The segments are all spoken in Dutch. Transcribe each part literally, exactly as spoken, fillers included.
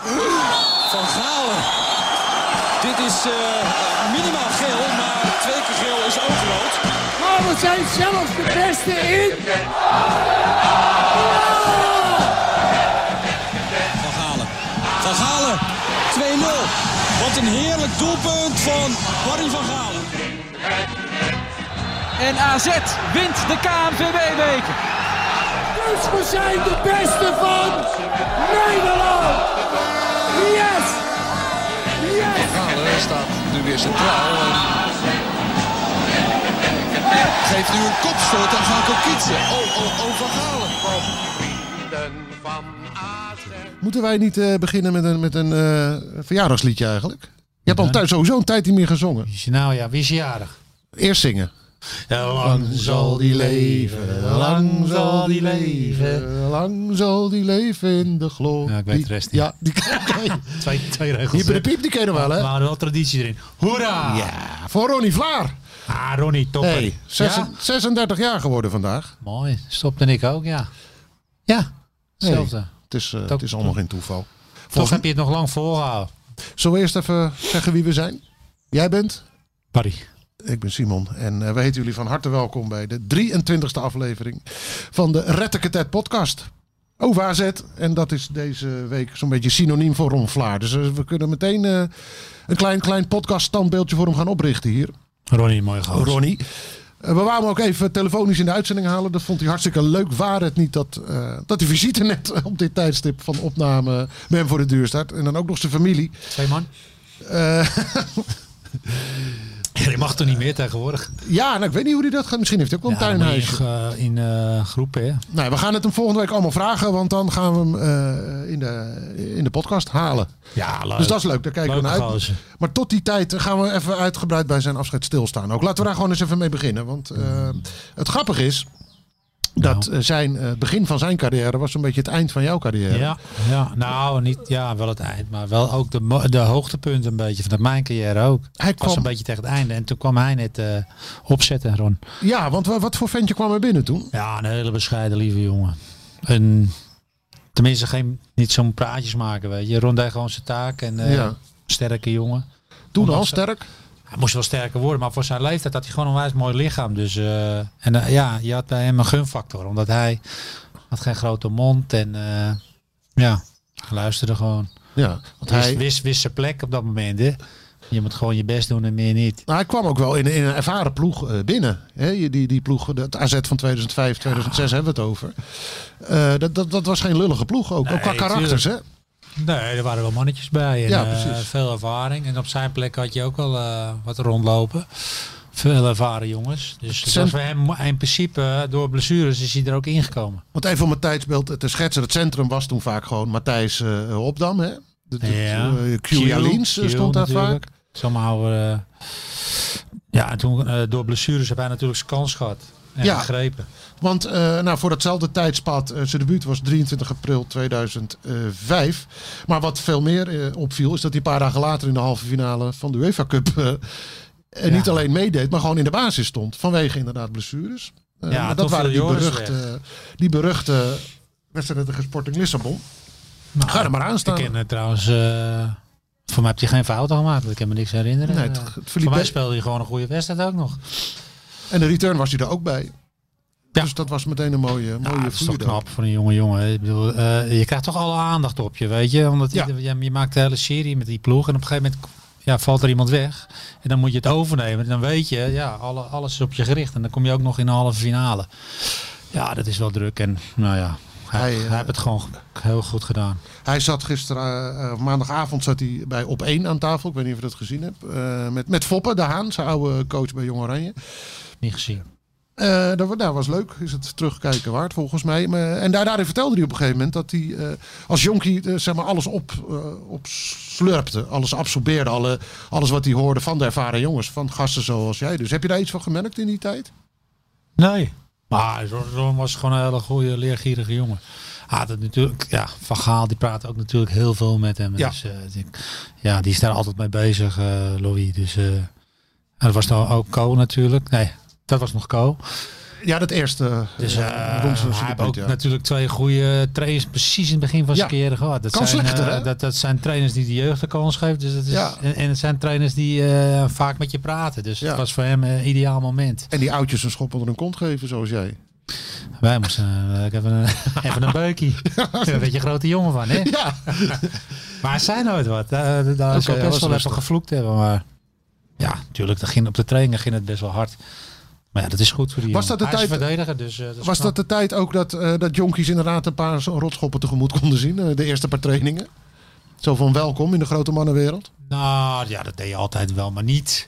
Van Galen. Dit is uh, minimaal geel, maar twee keer geel is ook rood. Maar we zijn zelfs de beste in. Van Galen. Van Galen. twee nul. Wat een heerlijk doelpunt van Barry van Galen. En A Z wint de K N V B-beker. Dus we zijn de beste van Nederland. Yes! Yes! Van Galen staat nu weer centraal. Geeft nu een kopstoot aan Van Kokitse. Oh, oh, oh, Van Galen. Moeten wij niet uh, beginnen met een, met een uh, verjaardagsliedje eigenlijk? Je hebt al thuis sowieso een tijd niet meer gezongen. Nou ja, wie is jarig? Eerst zingen. Ja, lang zal die leven, lang zal die leven. Lang zal die leven in de glorie. Ja, ik weet de rest niet. Ja, die twee, twee regels. Hier bij de piep, die ken je nog wel, hè? Maar er wel traditie erin. Hoera! Ja, voor Ronnie Vlaar. Ah, Ronnie, topper. Hey, zes, ja? zesendertig jaar geworden vandaag. Mooi, stopte ik ook, ja. Ja, hetzelfde. Hey, het, is, uh, het is allemaal geen toeval. Toch Volgens... heb je het nog lang volgehouden. Zullen we eerst even zeggen wie we zijn? Jij bent? Barry. Ik ben Simon en uh, we heten jullie van harte welkom bij de drieëntwintigste aflevering van de Retteketet podcast over A Z. En dat is deze week zo'n beetje synoniem voor Ron Vlaar. Dus uh, we kunnen meteen uh, een klein, klein podcast standbeeldje voor hem gaan oprichten hier. Ronnie, mooi gozer. Ronnie. Uh, we waren hem ook even telefonisch in de uitzending halen. Dat vond hij hartstikke leuk. Waar het niet dat, uh, dat de visite net op dit tijdstip van opname bij hem voor de deur staat. En dan ook nog zijn familie. Twee man. Uh, Je mag toch niet meer tegenwoordig? Ja, nou, ik weet niet hoe hij dat gaat. Misschien heeft hij ook wel een ja, tuinhuisje. In, in uh, groepen, hè? Nou, we gaan het hem volgende week allemaal vragen. Want dan gaan we hem uh, in, de, in de podcast halen. Ja, leuk. Dus dat is leuk. Daar kijken Leuke we naar uit. gozer. Maar tot die tijd gaan we even uitgebreid bij zijn afscheid stilstaan. Ook laten we daar gewoon eens even mee beginnen. Want uh, het grappige is dat uh, zijn uh, begin van zijn carrière was een beetje het eind van jouw carrière. Ja, ja, nou niet, ja, wel het eind, maar wel ook de, de hoogtepunten een beetje van mijn carrière ook. Hij kwam, was een beetje tegen het einde en toen kwam hij net uh, opzetten, Ron. Ja, want wat voor ventje kwam er binnen toen? Ja, een hele bescheiden lieve jongen. En tenminste geen, niet zo'n praatjes maken, weet je. Ron deed gewoon zijn taak en uh, ja. sterke jongen. Toen Omdat al ze, sterk? Hij moest wel sterker worden, maar voor zijn leeftijd had hij gewoon een wijs mooi lichaam. Dus uh, en uh, ja, je had bij hem een gunfactor, omdat hij had geen grote mond en uh, ja, luisterde gewoon. Ja, want hij wist, wist, wist zijn plek op dat moment. Hè? Je moet gewoon je best doen en meer niet. Nou, hij kwam ook wel in, in een ervaren ploeg uh, binnen. Hè? Die, die ploeg, het A Z van tweeduizend vijf, tweeduizend zes ja. hebben we het over. Uh, dat, dat, dat was geen lullige ploeg ook, nee, ook qua karakters, hè? Nee, er waren wel mannetjes bij. En, ja, uh, veel ervaring. En op zijn plek had je ook wel uh, wat rondlopen. Veel ervaren jongens. Dus het was voor hem in principe, door blessures is hij er ook ingekomen. Want even om het tijdsbeeld te schetsen. Het centrum was toen vaak gewoon Matthijs uh, Opdam. Hè? De, de, ja. uh, Q-Jalins stond daar natuurlijk. vaak. Zomaar, uh, ja, en toen uh, door blessures heb hij natuurlijk zijn kans gehad. En ja, gegrepen. Want uh, nou, voor datzelfde tijdspad, uh, zijn debuut was drieëntwintig april tweeduizend vijf. Maar wat veel meer uh, opviel, is dat hij een paar dagen later in de halve finale van de UEFA Cup uh, ja. niet alleen meedeed, maar gewoon in de basis stond. Vanwege inderdaad blessures. Uh, ja, dat waren die beruchte, uh, die beruchte wedstrijden tegen Sporting Lissabon. Nou, Ga er maar aan staan. Ik ken uh, trouwens... Uh... Voor mij heb je geen fouten gemaakt. Ik kan me niks herinneren. Nee, het, het Voor mij speelde je gewoon een goede wedstrijd ook nog. En de return was hij er ook bij. Ja. Dus dat was meteen een mooie, mooie ja, dat is toch knap voor een jonge jongen. Ik bedoel, uh, je krijgt toch alle aandacht op je, weet je. Omdat ja. je, je maakt de hele serie met die ploeg. En op een gegeven moment ja, valt er iemand weg. En dan moet je het overnemen. En dan weet je, ja, alle, alles is op je gericht. En dan kom je ook nog in de halve finale. Ja, dat is wel druk. En nou ja... Hij, hij, hij heeft het gewoon heel goed gedaan. Hij zat gisteren, uh, maandagavond zat hij bij Op één aan tafel. Ik weet niet of je dat gezien hebt. Uh, met, met Foppe, de Haan, zijn oude coach bij Jong Oranje. Niet gezien. Uh, dat, dat was leuk. Is het terugkijken waard volgens mij. Maar, en daar, daarin vertelde hij op een gegeven moment dat hij uh, als jonkie uh, zeg maar alles op, uh, op slurpte. Alles absorbeerde. Alle, alles wat hij hoorde van de ervaren jongens. Van gasten zoals jij. Dus heb je daar iets van gemerkt in die tijd? Nee. Maar Ron was gewoon een hele goede, leergierige jongen. Ah, dat natuurlijk, ja, Van Gaal die praat ook natuurlijk heel veel met hem. Ja, dus, uh, die, ja die is daar altijd mee bezig, uh, Louis. Dus uh, dat was dan ook Co natuurlijk. Nee, dat was nog Co. Ja, dat eerste. Dus uh, uh, rond zijn hij heeft debuut, ook ja. natuurlijk twee goede trainers precies in het begin van zijn Ja. carrière gehad. Dat Kan zijn, slechter, uh, hè? dat, dat zijn trainers die de jeugd de kans geven. Dus dat is, Ja. en, en het zijn trainers die uh, vaak met je praten. Dus Ja. het was voor hem een ideaal moment. En die oudjes een schop onder hun kont geven, zoals jij. Wij moesten uh, ik heb een, even een beukie. Een beetje grote jongen van, hè? Ja. Maar hij zei nooit wat. Daar, daar Oké, zou hij best was wel rustig. even gevloekt hebben. Maar ja, natuurlijk, dat ging, op de trainingen ging het best wel hard. Maar ja, dat is goed voor die Was jongen. dat de Hij is tijd- verdediger, dus uh, dat is Was knap. dat de tijd ook dat, uh, dat jonkies inderdaad een paar zo- rotschoppen tegemoet konden zien? Uh, de eerste paar trainingen? Zo van welkom in de grote mannenwereld? Nou, ja, dat deed je altijd wel, maar niet...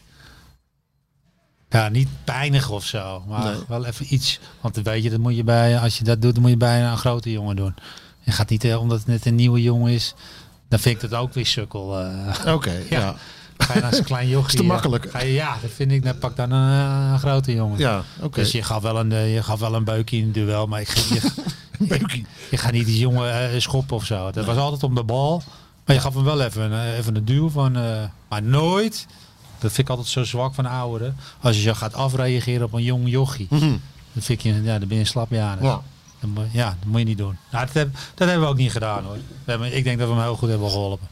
Ja, niet pijnig of zo. Maar Nee. wel even iets. Want dan weet je, dat moet je bij, als je dat doet, dan moet je bij een grote jongen doen. Je gaat niet, uh, omdat het net een nieuwe jongen is, dan vind ik dat ook weer sukkel. Uh, Oké, ja. Ja. ja. ga je als een klein jochie... Is te uh, makkelijk. Ga je, ja, dat vind ik, dan pak dan een, een grote jongen. Ja, oké. Dus je gaf wel een, uh, je gaf wel een beukje in het duel, maar ik, je, Beukie. je gaat niet die jongen uh, schoppen of zo. Dat was altijd om de bal. Maar je gaf hem wel even, uh, even een duw van... Uh, maar nooit... Dat vind ik altijd zo zwak van ouderen. Als je zo gaat afreageren op een jong jochie. Mhm. Dan vind je, ja, dan ben je een slapjaar. Ja. Dan, moet- ja, dat moet je niet doen. Nou, dat, heb, dat hebben we ook niet gedaan hoor. We hebben, ik denk dat we hem heel goed hebben geholpen.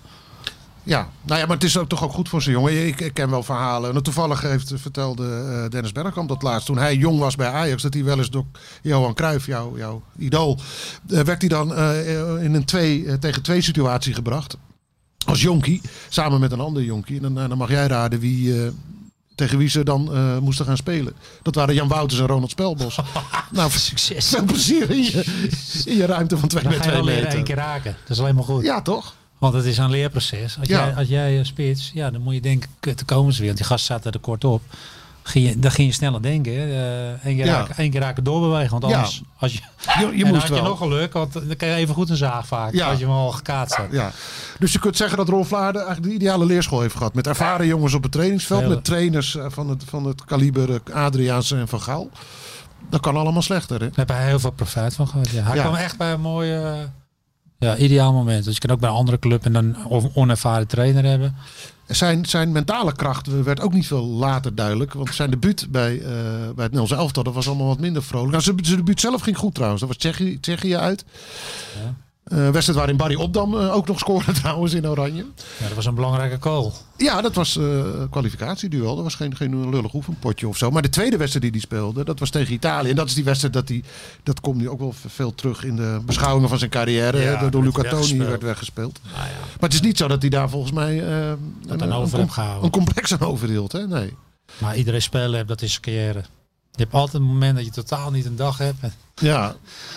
Ja, nou ja, maar het is ook toch ook goed voor zijn jongen. Ik, ik ken wel verhalen. En toevallig heeft, vertelde uh, Dennis Bergkamp dat laatst. Toen hij jong was bij Ajax, dat hij wel eens door Johan Cruijff, jouw, jouw idool, uh, werd hij dan uh, in een twee uh, tegen twee situatie gebracht. Als jonkie, samen met een ander jonkie. En dan, uh, dan mag jij raden wie, uh, tegen wie ze dan uh, moesten gaan spelen. Dat waren Jan Wouters en Ronald Spelbos. Nou, Succes. veel plezier in je, in je ruimte van twee Dan bij ga je twee wel leren één meter. keer raken. Dat is alleen maar goed. Ja, toch? Want het is een leerproces. Als Ja. jij, als jij uh, spits, ja, dan moet je denken, kut, daar komen ze weer. Want die gasten zaten er kort op. Ging je, dan ging je sneller denken. Hè. Uh, Eén keer, Ja. raken, één keer raken doorbewegen. Want Ja. anders, als je, Je, je en dan moest had wel. je nog geluk, want dan kan je even goed een zaag vaak. Ja. Als je hem al gekaatst had. Ja, dus je kunt zeggen dat Ron Vlaarden eigenlijk de ideale leerschool heeft gehad. Met ervaren jongens op het trainingsveld. Vele. Met trainers eh, van het, van het kaliber eh, Adriaanse en Van Gaal. Dat kan allemaal slechter, hè? Daar heb hij heel veel profijt van gehad. Ja. Hij Ja. kwam echt bij een mooi, uh, ja, ideaal moment. Dus je kan ook bij een andere club en dan een onervaren trainer hebben. Zijn, zijn mentale kracht werd ook niet veel later duidelijk. Want zijn debuut bij, uh, bij het Nederlands elftal, dat was allemaal wat minder vrolijk. Nou, zijn, zijn debuut zelf ging goed trouwens. Dat was Tsjechië, Tsjechië uit. Ja. Uh, wedstrijd waarin Barry Opdam uh, ook nog scoorde trouwens in Oranje. Ja, dat was een belangrijke goal. Ja, dat was uh, kwalificatieduel. Dat was geen, geen lullig oefenpotje of zo. Maar de tweede wedstrijd die hij speelde, dat was tegen Italië. En dat is die wedstrijd dat hij, dat komt nu ook wel veel terug in de beschouwingen van zijn carrière. Ja, door door werd Luca Toni weggespeeld. werd weggespeeld. Nou ja, Maar het is niet zo dat hij daar volgens mij uh, een, een een, over com- heb gehouden. een complex aan overhield. Hè? Nee. maar iedereen spelen heeft, dat is zijn carrière. Je hebt altijd een moment dat je totaal niet een dag hebt. En Ja,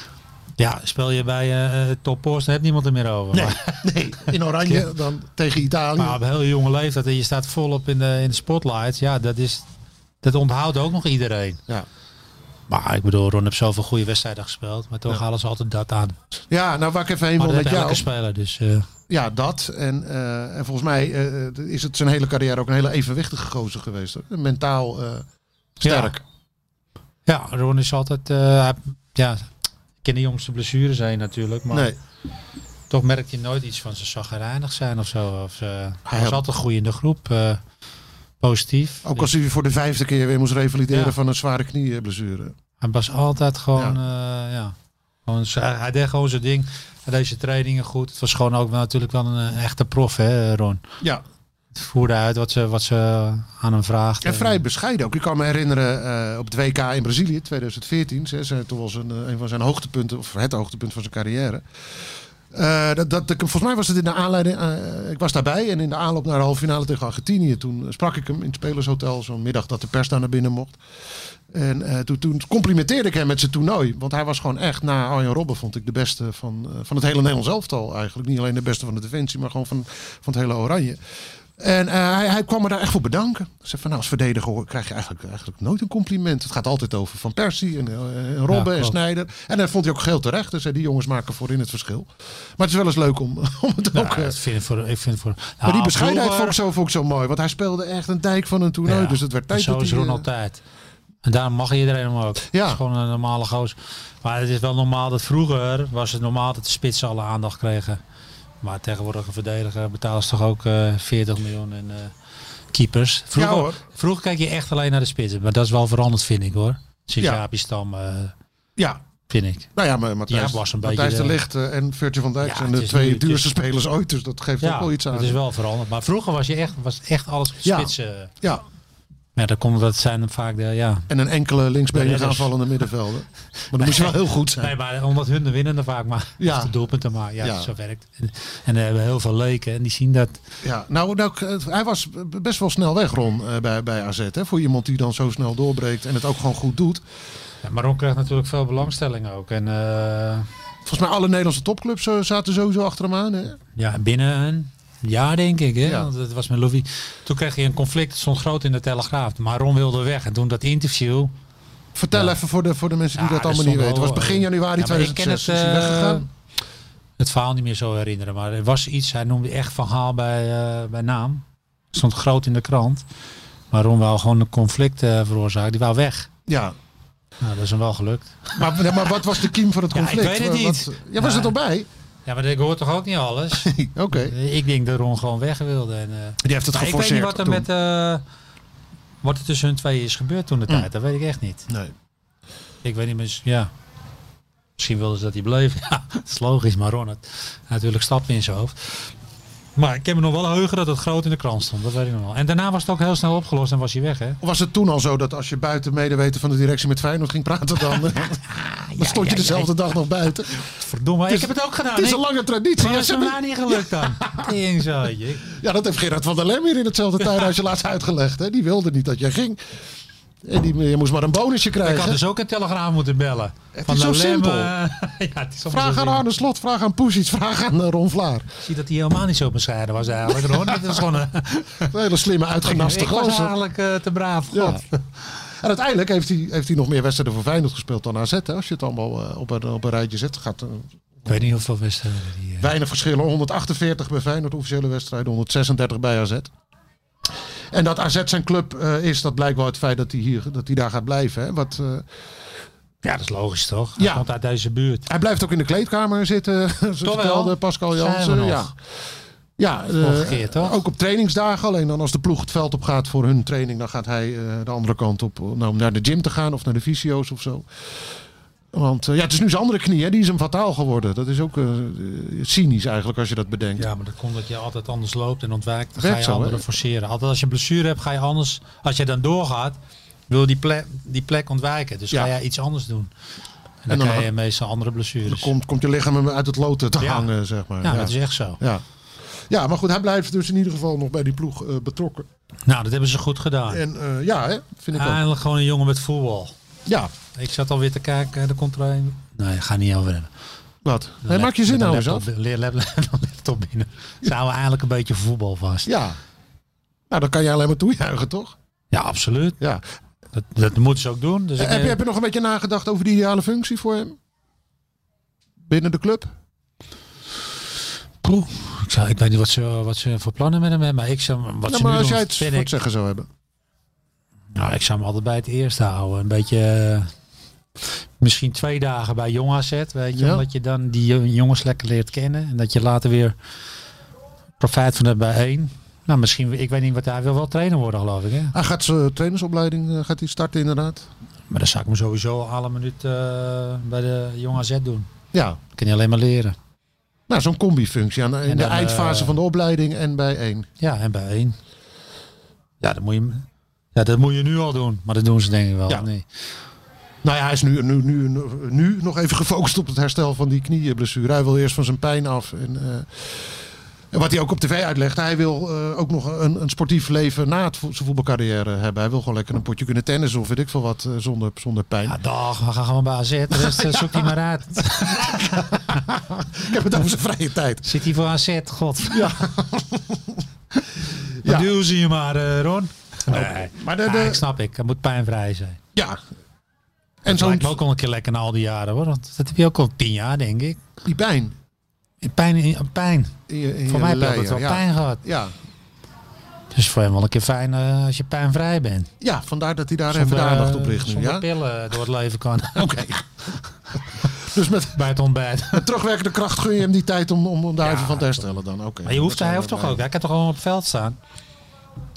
ja, speel je bij uh, Top Post, dan heeft niemand er meer over. nee, Maar, nee. In Oranje dan tegen Italië. maar op een heel jonge leeftijd en je staat volop in de, in de spotlight. Ja, dat, is, dat onthoudt ook nog iedereen. Ja. Maar ik bedoel, Ron heeft zoveel goede wedstrijden gespeeld. Maar toch Ja. halen ze altijd dat aan. Ja, nou waar ik even heen Maar wil dat met heeft jou. elke speler. Dus, uh, Ja, dat. En, uh, en volgens mij uh, is het zijn hele carrière ook een hele evenwichtige gozer geweest. Hoor. Mentaal uh, sterk. ja, Ron is altijd... Uh, hij- ja, ik ken de jongste blessures zijn natuurlijk. Maar Nee. toch merkt je nooit iets van ze zagrijnig zijn of zo. Of, uh, hij was had- altijd goed in de groep. Uh, positief. Ook Dus als hij voor de vijfde keer weer moest revalideren Ja. van een zware knieblessure. hij was altijd gewoon... Ja. Uh, ja, gewoon, z- hij deed gewoon zijn ding. Hij deed zijn trainingen goed. Het was gewoon ook wel, natuurlijk wel een uh, echte prof, hè, Ron. Ja. Het voerde uit wat ze, wat ze aan hem vraagt. En vrij bescheiden ook. Ik kan me herinneren uh, op het W K in Brazilië twintig veertien. Ze, ze, toen was een, uh, een van zijn hoogtepunten, of het hoogtepunt van zijn carrière. Uh, dat, dat, volgens mij was het in de aanleiding, uh, ik was daarbij en in de aanloop naar de halve finale tegen Argentinië. Toen sprak ik hem in het spelershotel, zo'n middag dat de pers daar naar binnen mocht. En uh, toen, toen complimenteerde ik hem met zijn toernooi. Want hij was gewoon echt, na Arjen Robben vond ik de beste van, uh, van het hele Nederlands elftal eigenlijk. Niet alleen de beste van de defensie, maar gewoon van, van het hele Oranje. En uh, hij, hij kwam me daar echt voor bedanken. Hij zei van nou, als verdediger krijg je eigenlijk, eigenlijk nooit een compliment. Het gaat altijd over Van Persie en, uh, en Robben Ja, en Sneijder. En dat vond hij ook geheel terecht. Dus uh, die jongens maken voorin het verschil. Maar het is wel eens leuk om, om het Nou, ook... Uh, ik vind het voor, ik vind het voor, maar nou, die bescheidenheid vond ik, vroeger- zo, vond ik zo mooi. Want hij speelde echt een dijk van een toernooi. Ja, dus het werd tijd zo dat is hij... Ron uh, altijd. En daarom mag iedereen hem ook. Ja. Het is gewoon een normale goos. Maar het is wel normaal dat vroeger was het normaal dat de spitsen alle aandacht kregen. Maar tegenwoordig een verdediger betalen ze toch ook uh, veertig miljoen en uh, keepers. Vroeger, Ja, hoor. vroeger kijk je echt alleen naar de spitsen. Maar dat is wel veranderd, vind ik hoor. Sinds Ja. Jaapie Stam, uh, Ja. vind ik. Nou ja, maar Matthijs, Ja, was een Matthijs beetje de de- Ligt uh, en Virgil van Dijk Ja, zijn het de is twee nu- het duurste is- spelers ooit. Dus dat geeft ook wel iets aan. het is wel veranderd. Maar vroeger was je echt, was echt alles Ja. spitsen. Ja, Ja, dan komt dat zijn vaak de, ja. en een enkele linksbenige Ja, dus- aanvallende middenvelder. Maar dan moet je wel heel goed zijn. Nee, maar omdat hun de winnende vaak maar Ja. ja. de doelpunten maken. Ja, Ja. zo werkt. En, en er hebben heel veel leken en die zien dat. Ja, nou, nou, k- hij was best wel snel weg, Ron, uh, bij, bij A Z. Hè, voor iemand die dan zo snel doorbreekt en het ook gewoon goed doet. Ja, maar Ron krijgt natuurlijk veel belangstelling ook. En uh, Volgens mij alle Nederlandse topclubs uh, zaten sowieso achter hem aan. Hè? ja, binnen een jaar denk ik. Hè? Ja. Want het was met Louis. Toen kreeg hij een conflict. Het stond groot in de Telegraaf. Maar Ron wilde weg. En toen dat interview. Vertel Ja. even voor de, voor de mensen die Ja, dat er allemaal niet stond weten. Het was wel, begin januari ja, maar ik tweeduizend zes. ken Is hij het, uh, weggegaan? Het verhaal niet meer zo herinneren. Maar er was iets. Hij noemde echt Van Gaal bij, uh, bij naam. Het stond groot in de krant. Maar Ron wou gewoon een conflict uh, veroorzaken. Die wou weg. Ja, Nou, dat is hem wel gelukt. maar, ja, maar wat was de kiem van het Ja, ik conflict? weet het niet. Wat, ja, was Ja. het erbij? Ja, maar ik hoor toch ook niet alles. Oké. Ik denk dat Ron gewoon weg wilde. En, uh, Die heeft het maar ik weet geforceerd niet wat er toen. met uh, wat er tussen hun twee is gebeurd toen de Mm. tijd. Dat weet ik echt niet. Nee. Ik weet niet meer. Ja. Misschien wilden ze dat hij bleef. Ja, dat is logisch. Maar Ron had natuurlijk stappen in zijn hoofd. Maar ik heb me nog wel heugen dat het groot in de krant stond. Dat weet ik nog wel. En daarna was het ook heel snel opgelost en was hij weg. Hè? Of was het toen al zo dat als je buiten medeweten van de directie met Feyenoord ging praten, dan, dan stond je ja, dezelfde dag nog buiten? Verdomme, Het is- ik heb het ook gedaan. Het is Ik- een lange traditie. Maar Ja, is ze het hebben- mij niet gelukt dan? Teringzootje. Ja, dat heeft Gerard van der Lem hier in hetzelfde tuinhuisje laatst uitgelegd. Hè? Die wilde niet dat jij ging. En die, je moest maar een bonusje Ik krijgen. had dus ook een telegraaf moeten bellen. Het Van is zo de Lem, simpel. uh, ja, het is allemaal Vraag zo aan simpel. Arne Slot, vraag aan Poesic, vraag aan uh, Ron Vlaar. Ik zie dat hij helemaal niet zo bescheiden was eigenlijk. Ron. Dat is gewoon een, Een hele slimme, uitgenaste ik was gozer. eigenlijk uh, te braaf. Ja. God. En uiteindelijk heeft hij, heeft hij nog meer wedstrijden voor Feyenoord gespeeld dan A Z. Hè? Als je het allemaal uh, op, een, op een rijtje zet. Gaat, uh, Ik weet niet hoeveel wedstrijden die... Uh... weinig verschillen. honderdachtenveertig bij Feyenoord, officiële wedstrijden. honderdzesendertig bij A Z. En dat A Z zijn club uh, is, dat blijkt wel uit het feit dat hij, hier, dat hij daar gaat blijven. Hè? Wat, uh, Ja, dat is logisch toch? Hij Ja. komt uit deze buurt. hij blijft ook in de kleedkamer zitten. Zo wel? vertelde Pascal Zijn we Jansen. nog? Ja. Ja, uh, Vorige keer, toch? ook op trainingsdagen. Alleen dan als de ploeg het veld op gaat voor hun training, dan gaat hij uh, de andere kant op, nou, om naar de gym te gaan of naar de fysio's of zo. Want uh, ja, het is nu zijn andere knie, hè, die is hem fataal geworden. Dat is ook uh, cynisch eigenlijk als je dat bedenkt. Ja, maar dat komt dat je altijd anders loopt en ontwijkt. Dan Werkt ga je zo, anderen hè? forceren. Altijd als je een blessure hebt, ga je anders... Als je dan doorgaat, wil je die plek, die plek ontwijken. Dus Ja. ga je iets anders doen. En dan, En dan krijg ha- je meestal andere Dan blessures. komt, komt je lichaam uit het lood te Ja. hangen, zeg maar. Ja, ja. dat is echt zo. Ja. Ja, maar goed, hij blijft dus in ieder geval nog bij die ploeg uh, betrokken. Nou, dat hebben ze goed gedaan. En uh, ja, hè, vind ik ook. Eindelijk gewoon een jongen met voetbal. Ja, Ik zat alweer te kijken, er komt er een... Nee, ga niet over hebben. wat? Nee, maak je zin nou eens af. Leer laptop binnen. Ze houden eigenlijk een beetje voetbal vast. Ja. Nou, dan kan je alleen maar toejuichen, toch? Ja, absoluut. Ja. Dat, dat moeten ze ook doen. Dus ik, heb, je, heb je nog een beetje nagedacht over de ideale functie voor hem? Binnen de club? Poeh, ik, zou, ik weet niet wat ze, wat ze voor plannen met hem hebben. Maar ik zou, wat Ja, ze maar nu als doen, jij het vind voor ik, het zeggen zou hebben. nou, ik zou hem altijd bij het eerste houden. Een beetje... uh, misschien twee dagen bij Jong A Z, weet je. Ja. Omdat je dan die jongens lekker leert kennen. En dat je later weer profijt van hebt bij één. Nou, misschien, ik weet niet wat hij wil wel trainer worden, geloof ik. Hè? Hij gaat zijn trainersopleiding uh, gaat hij starten, inderdaad. Maar dan zou ik me sowieso alle minuut uh, bij de Jong A Z doen. Ja. Dan kan je alleen maar leren. Nou, zo'n combi-functie aan, in En de dan, eindfase uh, van de opleiding en bij één. Ja, en bij één. Ja, dat moet je, ja, dat moet je nu al doen. Maar dat doen ze denk ik wel. Ja. Nee. Nou ja, hij is nu, nu, nu, nu nog even gefocust op het herstel van die knieblessure. Hij wil eerst van zijn pijn af. En, uh, en wat hij ook op tv uitlegt, hij wil uh, ook nog een, een sportief leven na het vo- zijn voetbalcarrière hebben. Hij wil gewoon lekker een potje kunnen tennissen of weet ik veel wat uh, zonder, zonder pijn. Ja, dag, we gaan gewoon bij A Z. De rest uh, zoekt hij maar uit. Ik heb het over zijn vrije tijd. Zit hij voor A Z? God. Ja. Dan Ja. duwen ze je maar, uh, Ron. Nee. Maar de, Ja, de, ik snap ik. Het moet pijnvrij zijn. ja. En Het zo'n lijkt me ook al een keer lekker na al die jaren, hoor. Want dat heb je ook al tien jaar, denk ik. die pijn. Pijn, in- pijn. In je, in Voor je mij heb je leien, altijd wel ja. pijn gehad. Ja. Dus voor hem wel een keer fijn uh, als je pijnvrij bent. ja, vandaar dat hij daar even de Zonder, aandacht uh, op richt nu. Zonder Ja? pillen door het leven kan. Oké. Dus met, Bij het ontbijt. met terugwerkende kracht gun je hem die tijd om, om, om daar Ja, even van te herstellen dan. Oké. Maar je hoeft, Dat hij zijn hoeft we toch blij. ook. Hij kan toch gewoon op het veld staan.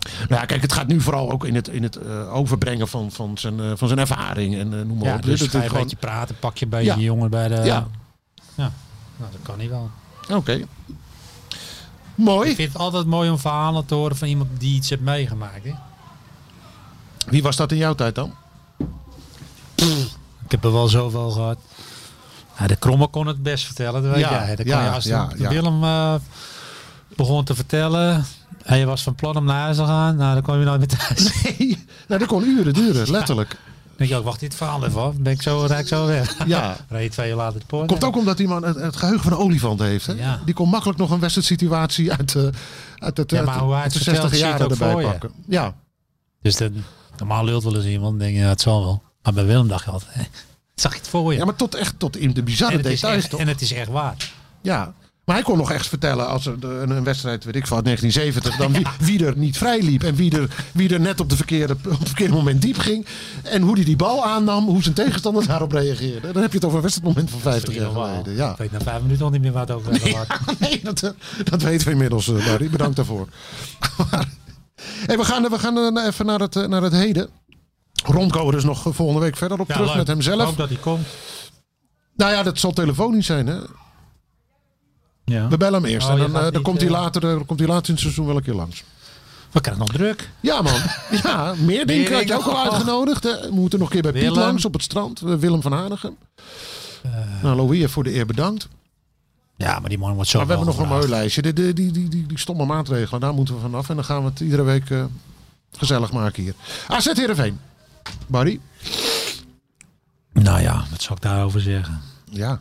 Nou ja, kijk, het gaat nu vooral ook in het, in het uh, overbrengen van, van, zijn, uh, van zijn ervaring. En uh, noem maar Ja, op. dus dat ga je een gewoon... beetje praten, pak je bij je Ja. jongen bij de... Ja. Ja. ja. Nou, dat kan niet wel. Oké. Okay. Mooi. Ik vind het altijd mooi om verhalen te horen van iemand die iets heeft meegemaakt. Hè? Wie was dat in jouw tijd dan? Ik heb er wel zoveel gehad. Ja, de Kromme kon het best vertellen, dat weet Ja, jij. Dat ja, kon je, als ja, de, ja. Willem uh, begon te vertellen en je was van plan om naar huis te gaan, nou dan kwam je nooit meer thuis. Nee, nou, dat kon uren duren, letterlijk. Dan denk je ook, wacht dit verhaal even af, ben ik zo, rijd ik zo weg. Ja. Rijd je twee uur later het poort. Komt ook omdat die man het, het geheugen van een olifant heeft. Hè? Ja. Die kon makkelijk nog een wedstrijdsituatie uit, uh, uit, het, Ja, maar uit, hoe hij uit de het vertelt, zestig zie je jaren het ook erbij voor je. pakken. Ja. Dus de, normaal lult wel eens iemand, dan denk je, ja, het zal wel. Maar bij Willem dacht je altijd, hè, zag je het voor je. ja, maar tot echt tot in de bizarre en, het is details echt, toch? en het is echt waar. Ja. Maar hij kon nog echt vertellen als er de, een, een wedstrijd, weet ik van negentien zeventig, dan wie, wie er niet vrij liep en wie er, wie er net op, de verkeerde, op het verkeerde moment diep ging. En hoe hij die bal aannam, hoe zijn tegenstander daarop reageerde. Dan heb je het over een wedstrijdmoment van vijftig jaar geleden. Ja. Ik weet na vijf minuten nog niet meer wat over hebben gehad. Nee, dat, uh, dat weten we inmiddels, uh, Barry. Bedankt daarvoor. Hey, we gaan, we gaan uh, even naar het, uh, naar het heden. Ron komen we dus nog volgende week verder op Ja, terug leuk. met hemzelf. Ik hoop dat hij komt. Nou ja, dat zal telefonisch zijn, hè? Ja. We bellen hem eerst. Oh, en je dan, gaat uh, dan, niet, komt hij uh, later, uh, dan komt hij later in het seizoen wel een keer langs. We krijgen nog druk. Ja, man. Ja, meer dingen had je dingen. ook al uitgenodigd. Hè? We moeten nog een keer bij Piet Willem. langs op het strand. Uh, Willem van Hanegem. Uh, nou, Louis heeft voor de eer bedankt. Ja, maar die man wordt zo. Maar we hebben nog een gevraagd. mooi lijstje. Die, die, die, die, die, die stomme maatregelen, daar moeten we vanaf. En dan gaan we het iedere week uh, gezellig maken hier. A Z Heerenveen. Barry? Nou ja, wat zou ik daarover zeggen? Ja.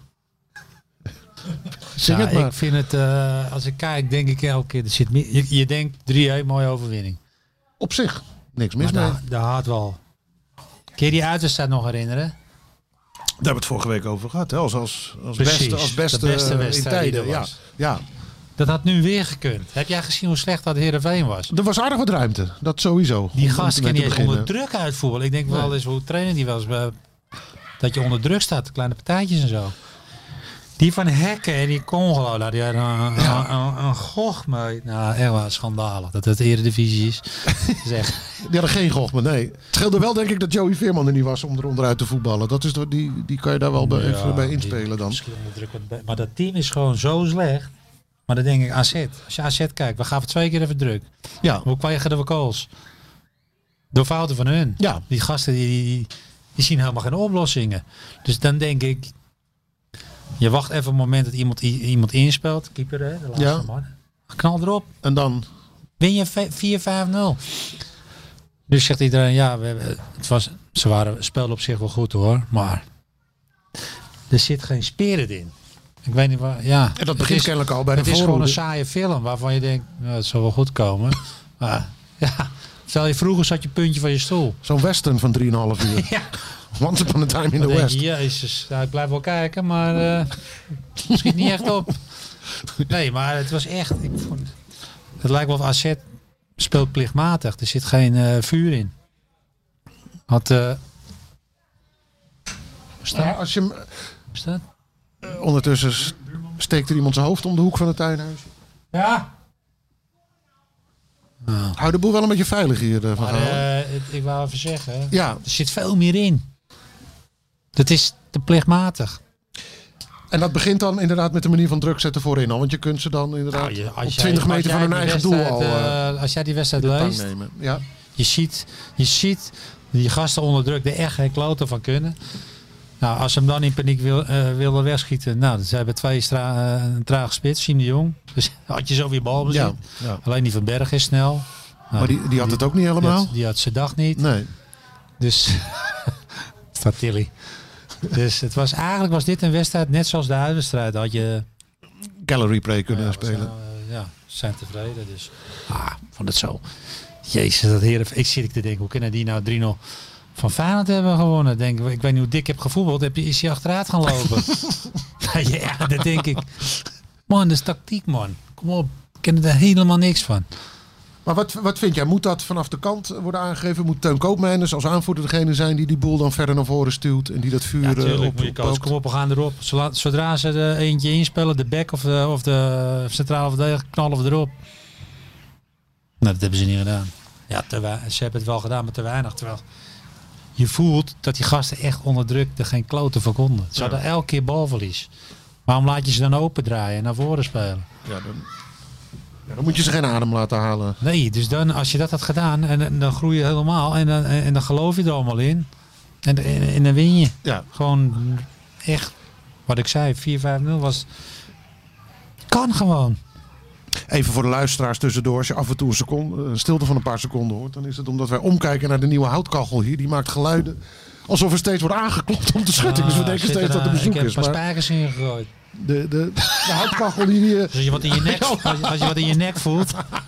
Zing Ja, het maar. ik vind het, uh, als ik kijk, denk ik elke keer, er zit meer, je, je denkt drie-een, mooie overwinning. Op zich. Niks mis Maar mee. daar, daar had wel. Kun je die uitwedstrijd nog herinneren? Daar hebben we het vorige week over gehad. Hè? Als, als, als Precies, beste, als beste, de beste uh, in wedstrijd die tijden. er Ja. was. Ja. Dat had nu weer gekund. Heb jij gezien hoe slecht dat Heerenveen was? Er was aardig wat ruimte. Dat sowieso. Die Om- gast om kan mee niet te eens beginnen. onder druk uitvoeren. Ik denk Nee. wel eens hoe trainer die was. uh, Dat je onder druk staat. Kleine partijtjes en zo. Die van Hekken, die Congolo, nou, die had een, Ja. een, een, een goch mee. Nou, echt wel schandalig. Dat het Eredivisie is. Zeg. Die hadden geen goch, maar nee. Het scheelde wel denk ik dat Joey Veerman er niet was om er onderuit te voetballen. Dat is door die, die kan je daar wel bij, Ja, even bij die- inspelen dan. misschien onder druk wat bij- Maar dat team is gewoon zo slecht. Maar dan denk ik A Z. Als je A Z kijkt, we gaven twee keer even druk. Ja. Hoe krijgen we goals? Door fouten van hun. Ja. Die gasten die, die, die zien helemaal geen oplossingen. Dus dan denk ik, je wacht even een moment dat iemand, i- iemand inspeelt. Keeper, hè, de laatste Ja. man. Knal erop. En dan, Win je vier vijf nul. Dus zegt iedereen, ja, we hebben, het was, ze waren speelden op zich wel goed hoor. Maar er zit geen spirit in. Ik weet niet waar, ja. en dat Het begint is- kennelijk al bij de Het is gewoon een voorhoede. saaie film waarvan je denkt, nou, het zal wel goed komen. Maar ja, stel je vroeger zat je puntje van je stoel. Zo'n western van drieënhalf uur. Ja. Once upon a time in Dan the denk West. je, jezus, nou, ik blijf wel kijken, maar uh, schiet niet echt op. Nee, maar het was echt, ik vond, het lijkt wel of A Z speelt plichtmatig. Er zit geen uh, vuur in. Had, uh, Ja, als je hem, staat? eh, ondertussen s- steekt er iemand zijn hoofd om de hoek van het tuinhuis. Ja. Hou de boel wel een beetje veilig hier, uh, Van Maar Gaal. uh, het- ik wou even zeggen, Ja, er zit veel meer in. Dat is te plichtmatig. en dat begint dan inderdaad met de manier van druk zetten voorin al. Want je kunt ze dan inderdaad Nou, je- op als jij- twintig als meter jij van hun die eigen doel wedstrijd, al uh, uh, als jij die wedstrijd de tang leest, nemen. Ja. Je ziet, je ziet die gasten onder druk er echt geen kloten van kunnen. Nou, als ze hem dan in paniek wil, uh, wilden wegschieten. Nou, ze hebben twee stra- uh, een trage spits, Siem de Jong. Dus had je zo weer balbezit. Ja, ja. Alleen die Van Berg is snel. Nou, Maar die, die had het ook niet die helemaal. had, die had zijn dag niet. Nee. Dus staat Tilly. Dus het was eigenlijk was dit een wedstrijd net zoals de uitwedstrijd. Had je Gallery play kunnen ja, spelen. we zijn, uh, ja, zijn tevreden. Dus ah, vond het zo. Jezus, dat heren. Ik zit ik te denken, hoe kunnen die nou drie nul van Feyenoord hebben gewonnen? Denk, ik weet niet hoe dik ik heb gevoetbald. Heb je, is hij achteruit gaan lopen? Ja, dat denk ik. Man, dat is tactiek, man. Kom op. Ik ken er helemaal niks van. Maar wat, wat vind jij? Moet dat vanaf de kant worden aangegeven? Moet Teun Koopmeiners als aanvoerder degene zijn die die boel dan verder naar voren stuwt en die dat vuur Ja, eh, tuurlijk op, moet je coach. oppookt? Kom op, we gaan erop. Zola- Zodra ze er eentje inspelen, de back of de, of de centrale verdediger, knallen we erop. Nou, dat hebben ze niet gedaan. Ja, te wei- ze hebben het wel gedaan, maar te weinig. Terwijl je voelt dat die gasten echt onder druk er geen kloten van konden. Ze hadden elke keer balverlies. Waarom laat je ze dan open draaien en naar voren spelen? Ja, dan, ja, dan moet je ze geen adem laten halen. Nee, dus dan, als je dat had gedaan, en, en dan groei je helemaal. En dan, en, en dan geloof je er allemaal in. En, en, en dan win je. Ja. Gewoon echt, wat ik zei, vier vijf nul was... Kan gewoon. Even voor de luisteraars tussendoor. Als je af en toe een, seconde, een stilte van een paar seconden hoort. Dan is het omdat wij omkijken naar de nieuwe houtkachel hier. Die maakt geluiden alsof er steeds wordt aangeklopt op de schutting. dus we Ah, denken zit steeds er, dat er uh, bezoek Ik heb is. een paar Maar spijkers ingegooid. de, de, de houtkachel die... die Dus als je wat in je nek, als je, als je wat in je nek voelt.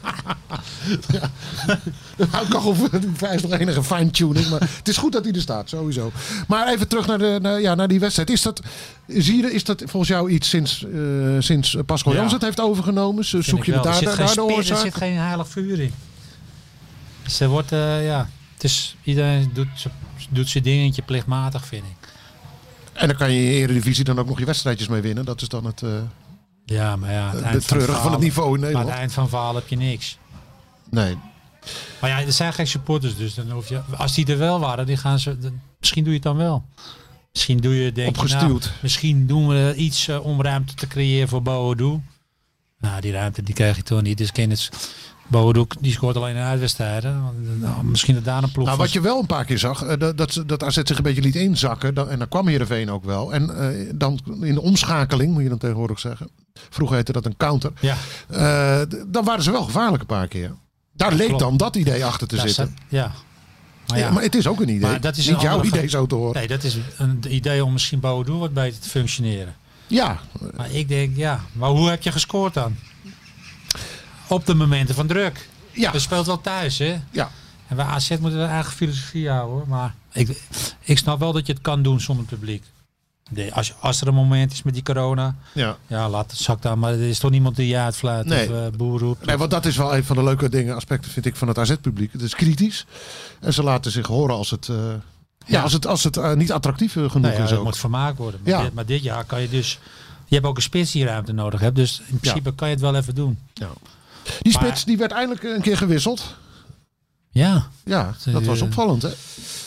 de houtkachel die vereist nog enige fine-tuning. Maar het is goed dat hij er staat, sowieso. Maar even terug naar, de, naar, ja, naar die wedstrijd. Is dat, zie je, is dat volgens jou iets sinds, uh, sinds Pascal Ja. Jans het heeft overgenomen? Zo, zoek je wel. daar, Er zit daar, geen daar de spin, oorzaak? Er zit geen heilig vuur in. Ze wordt, uh, ja, het is, iedereen doet, ze, doet zijn dingetje plichtmatig, vind ik. En dan kan je in je Eredivisie dan ook nog je wedstrijdjes mee winnen. Dat is dan het, uh, Ja, maar ja, het de eind van treurig van het niveau in Maar aan Nederland. het eind van het verhaal heb je niks. Nee. Maar ja, er zijn geen supporters, dus dan hoef je, als die er wel waren, die gaan ze, dan, misschien doe je het dan wel. Misschien doe je, denk je, nou, Opgestuurd. misschien doen we iets uh, om ruimte te creëren voor Boadu. Nou, die ruimte die krijg je toch niet. Dus ken het. Boadu die scoort alleen in uitwedstrijden. Nou, misschien dat daar een ploeg Nou, van- wat je wel een paar keer zag, uh, dat, dat, dat A Z zich een beetje liet inzakken. Dan, en dan kwam Heerenveen ook wel. En uh, dan in de omschakeling, moet je dan tegenwoordig zeggen. Vroeger heette dat een counter. Ja, Uh, d- dan waren ze wel gevaarlijk een paar keer. Daar leek klopt. dan dat idee achter te daar zitten. staat- ja. Maar Ja, ja, maar het is ook een idee. Maar dat is Niet een jouw andere idee ge- zo te horen. nee, dat is een idee om misschien Boadu wat beter te functioneren. Ja, Maar ik denk, ja, maar hoe heb je gescoord dan? Op de momenten van druk. ja, We speelt wel thuis, hè? ja. En bij A Z moeten we eigen filosofie houden, hoor. Maar ik, ik snap wel dat je het kan doen zonder publiek. Nee, als, als er een moment is met die corona, ja. ja, laat het zak dan. Maar er is toch niemand die je uitfluit Nee. of uh, boer roept. Nee, want dat is wel een van de leuke dingen, aspecten vind ik van het A Z-publiek. Het is kritisch. En ze laten zich horen als het, uh, ja. Ja. als het, als het uh, niet attractief genoeg Nou ja, is dat ook. moet vermaakt worden. Maar, Ja. dit, maar dit jaar kan je dus... Je hebt ook een spits die ruimte nodig hebt. Dus in principe kan je het wel even doen. Ja. Die Maar- spits die werd eindelijk een keer gewisseld. Ja. Ja, Uh, dat was opvallend, hè?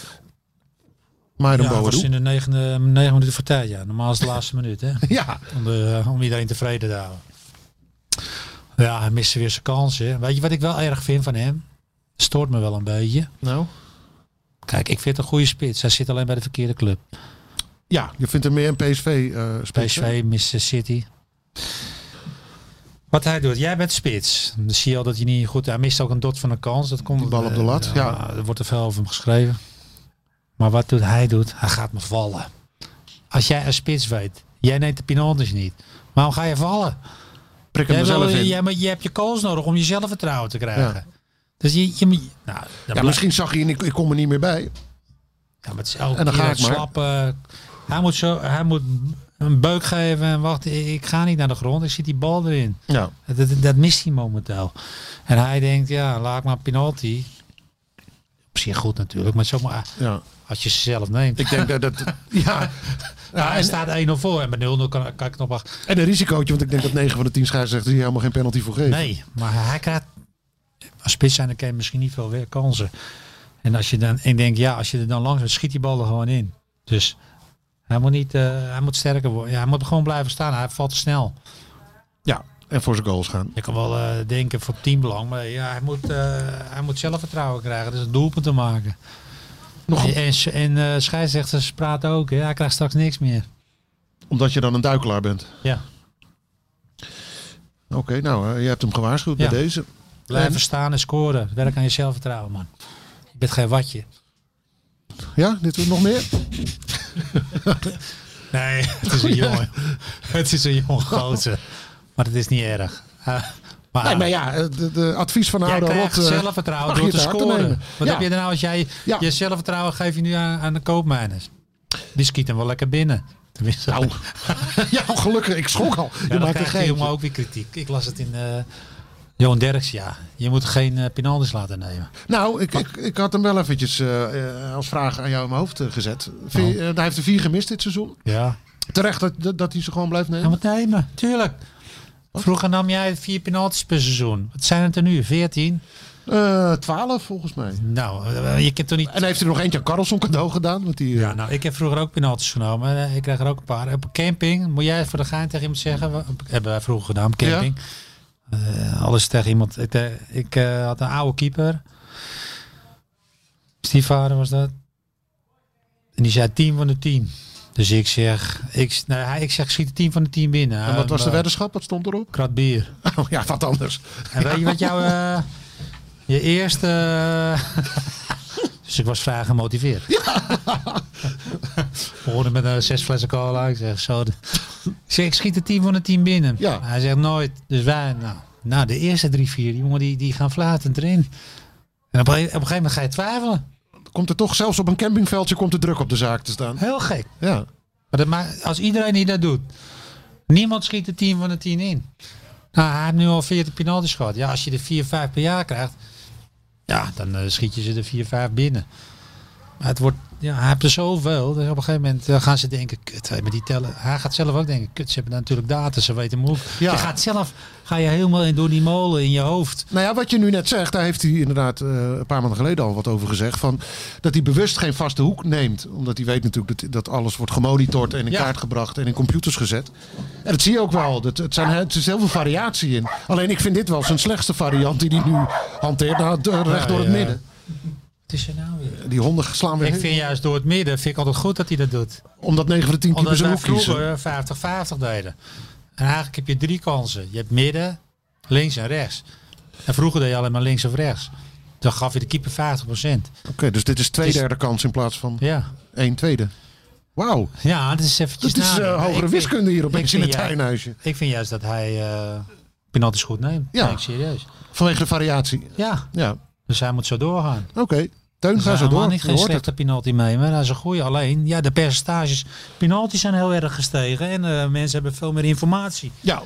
Myron Ja, het was Boadu. in de negende, negen minuten voor tijd. Ja. Normaal is het de laatste minuut. Hè? Ja, Om, de, om iedereen tevreden te houden. Ja, hij miste weer zijn kansen. Weet je wat ik wel erg vind van hem? Stoort me wel een beetje. nou. Kijk, ik vind het een goede spits. Hij zit alleen bij de verkeerde club. Ja, je vindt hem meer een P S V uh, spits. P S V, Manchester City. Wat hij doet, jij bent spits. Dan zie je al dat hij niet goed... Hij mist ook een dot van een kans. Dat komt, Die bal op de lat, eh, ja. Er wordt er veel over hem geschreven. Maar wat doet hij doet? Hij gaat me vallen. Als jij een spits weet, jij neemt de penalties niet. Waarom ga je vallen? Prik hem Jij, er zelf wil, in. jij, maar je hebt je goals nodig om je zelfvertrouwen te krijgen. Ja. Dus je, je, moet- nou, dan Ja, blijf- misschien zag je, ik, ik kom er niet meer bij. Ja, maar het is elke En dan keer ga ik maar. slap. eh, hij moet zo, hij moet een beuk geven en wacht. Ik, ik ga niet naar de grond. Ik zit die bal erin. Ja. Dat, dat, dat mist hij momenteel. En hij denkt, ja, laat maar penalty. Op zich goed natuurlijk, maar zomaar Ja. als je ze zelf neemt. Ik denk dat dat... Ja. Ja, Ja, hij en, staat één nul voor en bij nul nul kan, kan ik nog wachten. en een risicootje, want ik denk dat negen van de tien scheidsrechters hier helemaal geen penalty voor geven. Nee, maar hij krijgt als spits zijn, dan krijg je misschien niet veel weer kansen. En als je dan, ik denk, ja, als je er dan langs bent, schiet die bal er gewoon in. Dus hij moet niet, uh, hij moet sterker worden. Ja, hij moet gewoon blijven staan. Hij valt te snel. Ja, en voor zijn goals gaan. Je kan wel uh, denken voor teambelang, maar ja, hij moet, uh, hij moet zelfvertrouwen krijgen. Dus een doelpunt te maken. Nog een- En, en, en uh, scheidsrechters praten ook. Hè? Hij krijgt straks niks meer. Omdat je dan een duikelaar bent. Ja. Oké, okay, nou, uh, je hebt hem gewaarschuwd Ja. bij deze. Blijven En- staan en scoren. Werk aan je zelfvertrouwen, man. Je bent geen watje. Ja, dit wordt nog meer? Nee, het is een jongen. Het is een jonge gozer. Maar het is niet erg. Uh, maar, Nee, maar ja, de, de advies van de jij oude krijgt rot... uh, zelfvertrouwen mag door je te te harte scoren. nemen. Wat Ja. heb je er nou als jij... Ja. Je zelfvertrouwen geef je nu aan, aan de koopmijners. Die schiet hem wel lekker binnen. Tenminste. Nou, ja, gelukkig. Ik schrok al. Ja, Je dan maakt een krijgt die geintje. jongen ook weer kritiek. Ik las het in uh, Johan Derks. Ja, je moet geen uh, penalties laten nemen. Nou, ik, ik, ik had hem wel eventjes uh, uh, als vraag aan jou in mijn hoofd uh, gezet. Vind, Oh. uh, hij heeft er vier gemist dit seizoen. Ja. Terecht dat, dat, dat hij ze gewoon blijft nemen. Hij moet nemen, tuurlijk. Vroeger nam jij vier penalties per seizoen. Wat zijn het er nu? veertien? Uh, twaalf volgens mij. Nou, uh, je kent toch niet... En heeft hij er nog eentje aan Carlson cadeau gedaan? Want die, uh... Ja, nou, ik heb vroeger ook penalties genomen. Ik kreeg er ook een paar. Op een camping, moet jij voor de gein tegen iemand zeggen? We, hebben wij vroeger gedaan, op camping. Ja. Uh, alles tegen iemand. Ik, uh, ik uh, had een oude keeper. Stiefvader was dat. En die zei tien van de tien. Dus ik zeg, ik, nou, ik zeg, schiet de tien van de tien binnen. En wat was uh, de weddenschap? Wat stond erop? Krat bier. Oh ja, wat anders. En weet je wat jouw... Uh, je eerste... Uh, dus ik was vrij gemotiveerd. Ja. Begonnen met uh, zes flessen cola. Ik zeg, zo... De, ik zeg, ik schiet de tien van de tien binnen. Ja. Hij zegt nooit. Dus wij... Nou, nou de eerste drie, vier, die jongen die, die gaan flatend erin. En op een, op een gegeven moment ga je twijfelen. Komt er toch, zelfs op een campingveldje, komt er druk op de zaak te staan. Heel gek. Ja. Maar dat, maar als iedereen die dat doet, niemand schiet de tien van de tien in. Nou, hij heeft nu al veertig penalties gehad. Ja, als je er vier, vijf per jaar krijgt, ja, dan uh, schiet je ze er vier, vijf binnen. Maar het wordt, ja, hij heeft er zoveel. Dus op een gegeven moment uh, gaan ze denken, kut, met die tellen. Hij gaat zelf ook denken, kut, ze hebben natuurlijk data, ze weten hoe. Ja. Je gaat zelf, ga je helemaal in, door die molen in je hoofd. Nou ja, wat je nu net zegt, daar heeft hij inderdaad uh, een paar maanden geleden al wat over gezegd. Van, dat hij bewust geen vaste hoek neemt. Omdat hij weet natuurlijk dat, dat alles wordt gemonitord en in ja. kaart gebracht en in computers gezet. En dat zie je ook wel. Dat, het, zijn, het is heel veel variatie in. Alleen ik vind dit wel zijn slechtste variant die hij nu hanteert. Nou, recht door het ja. midden. Het is er nou weer. Die honden slaan weer. Ik vind juist door het midden vind ik altijd goed dat hij dat doet. Omdat negen van de tien keepers een hoek kiezen. Vroeger vijftig vijftig deden. En eigenlijk heb je drie kansen. Je hebt midden, links en rechts. En vroeger deed je alleen maar links of rechts. Dan gaf je de keeper vijftig procent. Oké, okay, dus dit is twee is... derde kans in plaats van ja. één tweede. Wauw. Ja, dat is eventjes. Dat is uh, hogere ik wiskunde vind, hier opeens in het tuinhuisje. Ik vind juist dat hij uh, penalties goed neemt. Ja. Nee, serieus. Vanwege de variatie. Ja. ja. Dus hij moet zo doorgaan. Oké. Okay. Teun, ga zo door. Niet geen slechte penalty mee, maar dat is een goeie. Alleen, ja, de percentages penalties zijn heel erg gestegen en uh, mensen hebben veel meer informatie. Ja.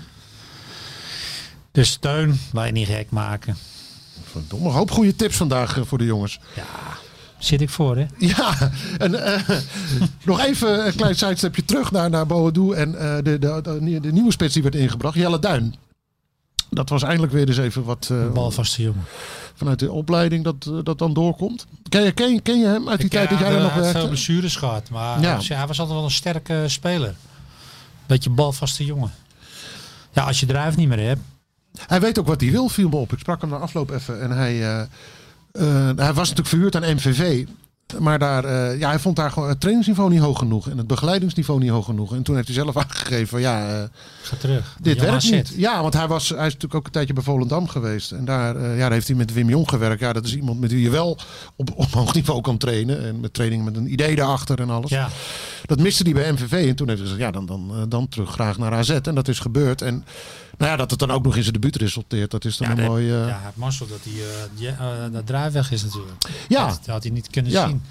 Dus Teun, laat je niet gek maken. Verdomme, een hoop goede tips vandaag uh, voor de jongens. Ja, zit ik voor, hè? Ja, en uh, nog even een klein sidestepje terug naar, naar Boadu en uh, de, de, de, de nieuwe spits die werd ingebracht, Jelle Duin. Dat was eindelijk weer eens even wat... Uh, balvaste jongen. Vanuit de opleiding dat dat dan doorkomt. Ken je, ken je, ken je hem uit die ik tijd dat jij er nog werkte? Hij heeft veel blessures gehad, maar ja. was, ja, hij was altijd wel een sterke speler. Beetje balvaste jongen. Ja, als je drijf niet meer hebt. Hij weet ook wat hij wil, viel me op. Ik sprak hem na afloop even en hij, uh, uh, hij was natuurlijk verhuurd aan M V V. Maar daar, uh, ja, hij vond daar gewoon het trainingsniveau niet hoog genoeg en het begeleidingsniveau niet hoog genoeg. En toen heeft hij zelf aangegeven, ja, uh, ga terug. Dit werkt niet. Ja, want hij was, hij is natuurlijk ook een tijdje bij Volendam geweest en daar, uh, ja, daar heeft hij met Wim Jong gewerkt. Ja, dat is iemand met wie je wel op, op hoog niveau kan trainen en met training met een idee daarachter en alles. Ja. Dat miste hij bij M V V en toen heeft hij gezegd, ja, dan, dan, uh, dan terug graag naar A Z en dat is gebeurd. En nou ja, dat het dan ook nog in zijn debuut resulteert, dat is dan ja, een mooi... Uh... Ja, het mazzel dat hij uh, ja, uh, dat draaiweg is natuurlijk. Ja. Dat, dat had hij niet kunnen ja. zien.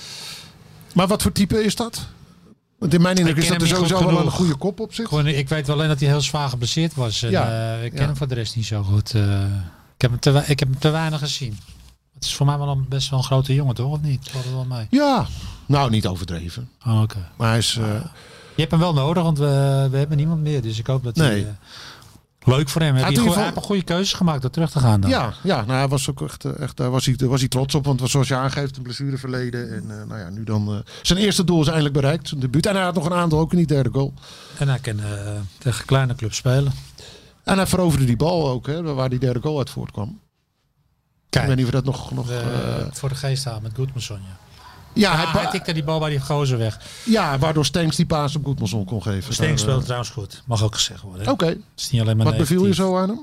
Maar wat voor type is dat? Want in mijn indruk is dat er sowieso wel een goede kop op zit. Gewoon, ik weet wel alleen dat hij heel zwaar geblesseerd was. En, ja. uh, ik ken ja. hem voor de rest niet zo goed. Uh, ik, heb hem te, ik heb hem te weinig gezien. Het is voor mij wel een, best wel een grote jongen, toch? Of niet? Valt het wel mee? Ja, nou niet overdreven. Oh, oké. Okay. Maar hij is... Uh, uh, je hebt hem wel nodig, want we, we hebben niemand meer. Dus ik hoop dat nee. hij... Uh, leuk voor hem. Hij, hij, hij heeft een goede keuze gemaakt door terug te gaan dan. Ja, ja, nou hij was ook echt, echt daar was hij, daar was hij trots op. Want zoals je aangeeft, een blessureverleden. En uh, nou ja, nu dan... Uh, zijn eerste doel is eindelijk bereikt. Zijn debuut. En hij had nog een aantal, ook in die derde goal. En hij kan uh, tegen kleine clubs spelen. En hij veroverde die bal ook, hè, waar die derde goal uit voortkwam. Kijk. Ik weet niet of dat nog... nog de, uh, voor de geest halen met Goedmanson, ja. Ja, ja, hij, hij tikte die bal bij die gozer weg. Ja, waardoor Stenks die paas op Goedmanson kon geven. Stenks speelt uh, trouwens goed. Mag ook gezegd worden. Oké. Okay. Wat negatief. Beviel je zo aan hem?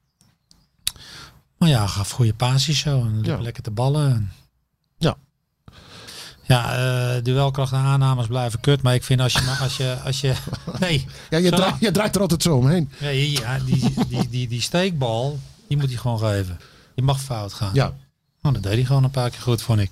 Maar ja, gaf goede passies zo. En liep ja. lekker te ballen. Ja. Ja, uh, duelkracht en aannames blijven kut. Maar ik vind als je... als je, als je nee. Ja, je, draait, je draait er altijd zo omheen. Nee, ja, die, die, die, die, die steekbal, die moet hij gewoon geven. Die mag fout gaan. Ja. Nou, dat deed hij gewoon een paar keer goed, vond ik.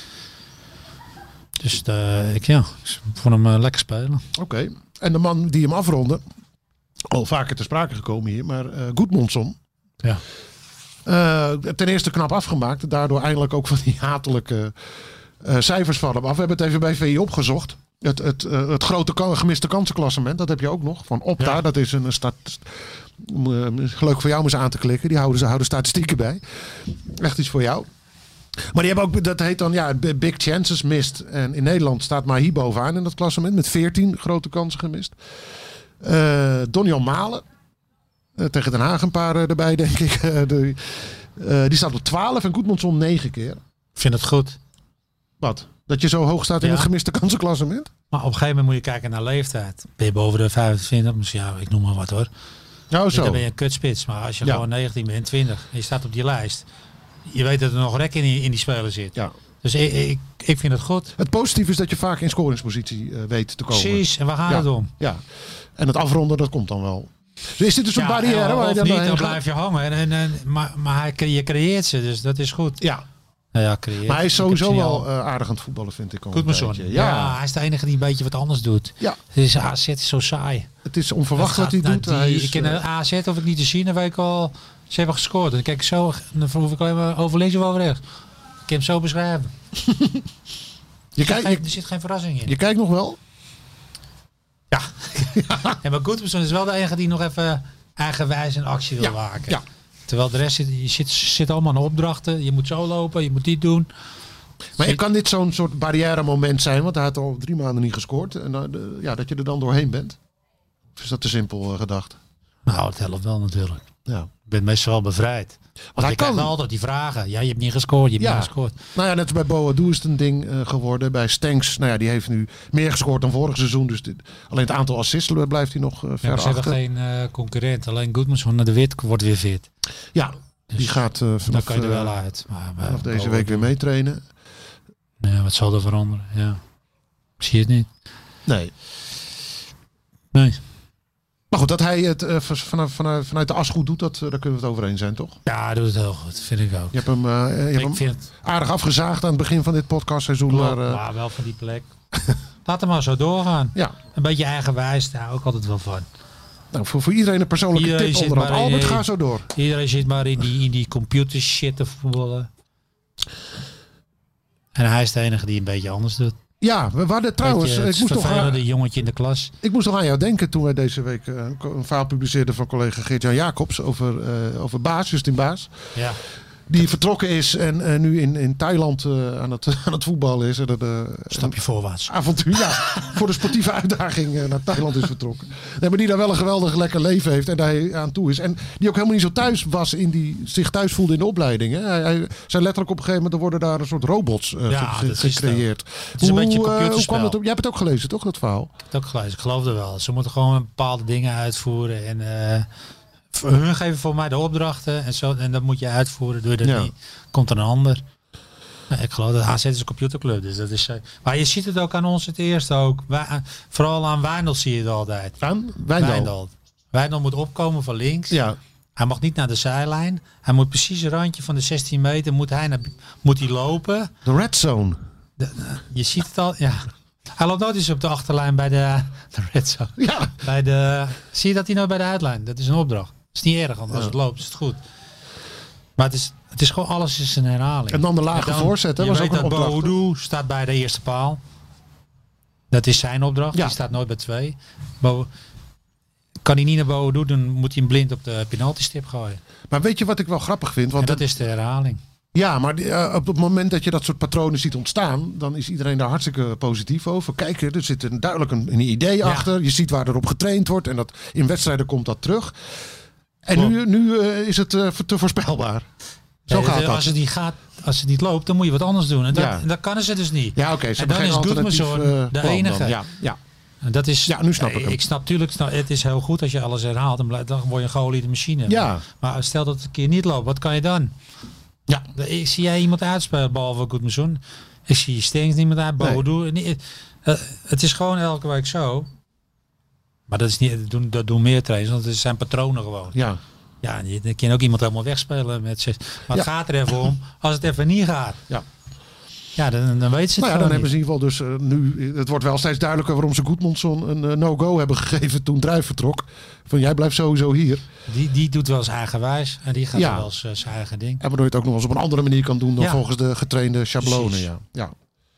Dus de, ik, ja, ik vond hem uh, lekker spelen. Oké. Okay. En de man die hem afronde, al vaker ter sprake gekomen hier, maar uh, Goedmanson. Ja. Uh, ten eerste knap afgemaakt. Daardoor eindelijk ook van die hatelijke uh, cijfers van hem af. We hebben het even bij V I opgezocht. Het, het, uh, het grote kan, gemiste kansenklassement, dat heb je ook nog. Van Opta, ja. Dat is een start. Uh, leuk voor jou om eens aan te klikken. Die houden, ze houden statistieken bij. Echt iets voor jou. Maar die hebben ook, dat heet dan ja, Big Chances missed. En in Nederland staat Mahi bovenaan in dat klassement. Met veertien grote kansen gemist. Uh, Donjan Malen. Uh, tegen Den Haag een paar uh, erbij, denk ik. Uh, de, uh, die staat op twaalf en Goedmanson negen keer. Ik vind het goed. Wat? Dat je zo hoog staat in ja. het gemiste kansenklassement? Maar op een gegeven moment moet je kijken naar leeftijd. Ben je boven de vijfentwintig, misschien, ja, ik noem maar wat hoor. Nou, zo. Dan ben je een kutspits. Maar als je ja. gewoon negentien bent, twintig en je staat op die lijst. Je weet dat er nog rek in die, in die speler zit. Ja. Dus ik, ik, ik vind het goed. Het positieve is dat je vaak in scoringspositie uh, weet te komen. Precies, en waar gaat ja. het om? Ja. En het afronden, dat komt dan wel. Dus is dit een soort ja, barrière? Of waar je dan niet, dan gaat? blijf je hangen. En, en, en, maar maar hij, je creëert ze, dus dat is goed. Ja. Nou ja, creëert. Maar hij is sowieso wel uh, aardig aan het voetballen, vind ik. Goedmanson. Ja. ja, hij is de enige die een beetje wat anders doet. Ja. Het is A Z is zo saai. Het is onverwacht wat hij doet. Die, hij is, ik ken uh, A Z of ik niet te zien, dan weet ik al. Ze hebben gescoord. Dan kijk ik zo, dan hoef ik alleen maar over links of over rechts. Ik kan hem zo beschrijven. je er, kijkt, geen, er zit geen verrassing in. Je kijkt nog wel? Ja. ja maar Goedmanson is wel de enige die nog even eigenwijs een actie wil ja. maken. Ja. Terwijl de rest zit, je zit, zit allemaal aan opdrachten. Je moet zo lopen, je moet dit doen. Maar kan dit zo'n soort barrière moment zijn? Want hij had al drie maanden niet gescoord. En uh, de, ja, dat je er dan doorheen bent? Of is dat te simpel uh, gedacht? Nou, het helpt wel natuurlijk. Ja. Je bent meestal wel bevrijd. Want, Want je krijgt altijd die vragen. Ja, je hebt niet gescoord, je hebt ja. niet gescoord. Nou ja, net als bij Boadu is het een ding uh, geworden. Bij Stenks, nou ja, die heeft nu meer gescoord dan vorig seizoen. Dus dit, alleen het aantal assists blijft hij nog uh, ver ja, ze achter. Ze hebben geen uh, concurrent. Alleen Goedmanson naar de Wit wordt weer fit. Ja, dus die gaat uh, vanaf, kan je er wel uit. Maar, maar vanaf deze week weer meetrainen. Ja, wat zal er veranderen? Ja. Ik zie het niet. Nee. Nee. Maar goed, dat hij het uh, vanuit, vanuit, vanuit de as goed doet, dat, uh, daar kunnen we het over eens zijn, toch? Ja, hij doet het heel goed. Vind ik ook. Je hebt hem, uh, je hebt hem het... aardig afgezaagd aan het begin van dit podcastseizoen. Klopt, maar, uh... maar wel van die plek. Laat hem maar zo doorgaan. Ja. Een beetje eigenwijs, daar ook altijd wel van. Nou, voor, voor iedereen een persoonlijke iedereen tip onderhand. Albert, in, ga zo door. Iedereen zit maar in die, in die computer shit te voetballen. En hij is de enige die een beetje anders doet. Ja, we hadden trouwens... Je, ik moest nog aan, jongetje in de klas. Ik moest nog aan jou denken toen wij deze week uh, een verhaal publiceerden van collega Geert-Jan Jacobs over, uh, over Baas, Justin Baas. Ja. Die vertrokken is en uh, nu in, in Thailand uh, aan, het, aan het voetballen is. Dat, uh, Stapje voorwaarts. Avontuur, ja. Voor de sportieve uitdaging uh, naar Thailand is vertrokken. Nee, maar die daar wel een geweldig lekker leven heeft en daar aan toe is. En die ook helemaal niet zo thuis was, in die zich thuis voelde in de opleiding. Hè. Hij, hij zei letterlijk op een gegeven moment, er worden daar een soort robots uh, ja, ge- dat gecreëerd. Het is hoe, een beetje uh, computerspel. Hoe kwam dat op? Jij hebt het ook gelezen, toch, dat verhaal? Ik heb het ook gelezen, ik geloof er wel. Ze moeten gewoon bepaalde dingen uitvoeren en... Uh, hun geven voor mij de opdrachten en zo en dat moet je uitvoeren. Doe je dat ja. niet, komt er een ander. Nou, ik geloof dat A Z is een computerclub, dus dat is. Uh, maar je ziet het ook aan ons het eerste ook. Wij, vooral aan Wijndal zie je het altijd. Aan Wijndal. Wijndal. Wijndal moet opkomen van links. Ja. Hij mag niet naar de zijlijn. Hij moet precies een randje van de zestien meter moet hij naar, moet hij lopen. De red zone. De, je ziet het al, ja. Hij loopt nooit eens op de achterlijn bij de, de red zone. Ja. Bij de, zie je dat hij nou bij de uitlijn? Dat is een opdracht. Het is niet erg, want als ja. het loopt is het goed. Maar het is, het is gewoon alles is een herhaling. En dan de lage dan, voorzet. Hè, je was weet ook een dat opdracht. Boadu staat bij de eerste paal. Dat is zijn opdracht. Ja. Die staat nooit bij twee. Bo- kan hij niet naar Boadu doen, dan moet hij hem blind op de penaltystip gooien. Maar weet je wat ik wel grappig vind? Want en dat is de herhaling. Ja, maar uh, op het moment dat je dat soort patronen ziet ontstaan, dan is iedereen daar hartstikke positief over. Kijk, er zit een, duidelijk een, een idee ja. achter. Je ziet waar erop getraind wordt en dat in wedstrijden komt dat terug. En Klopt. nu, nu uh, is het uh, te voorspelbaar. Zo ja, gaat dat. Als het, niet gaat, als het niet loopt, dan moet je wat anders doen. En dat, ja. en dat kunnen ze dus niet. Ja, oké. Okay, en dan is Goedmanson uh, de enige. Ja, ja. En dat is, ja, nu snap ik hem. Ik snap natuurlijk, het is heel goed als je alles herhaalt. Dan, blijf, dan word je een geoliede machine. Ja. Maar stel dat het een keer niet loopt, wat kan je dan? Ja. Ik zie jij iemand uitspelen, behalve Goedmanson. Ik zie Stenks niemand uit, Boadu. Nee. Uh, het is gewoon elke week zo. Maar dat is niet, dat doen, dat doen meer trainers, want het zijn patronen gewoon. Ja. Ja, je kan ook iemand helemaal wegspelen met zes. Maar het ja. gaat er even om, als het even niet gaat. Ja. Ja, dan, dan weten ze het nou ja, dan hebben niet. ze in ieder geval dus uh, nu... Het wordt wel steeds duidelijker waarom ze Goedmanson een uh, no-go hebben gegeven toen Druijf vertrok. Van jij blijft sowieso hier. Die, die doet wel zijn eigenwijs en die gaat ja. wel eens uh, zijn eigen ding. En waardoor je het ook nog eens op een andere manier kan doen dan ja. volgens de getrainde schablonen. Ja. Ja.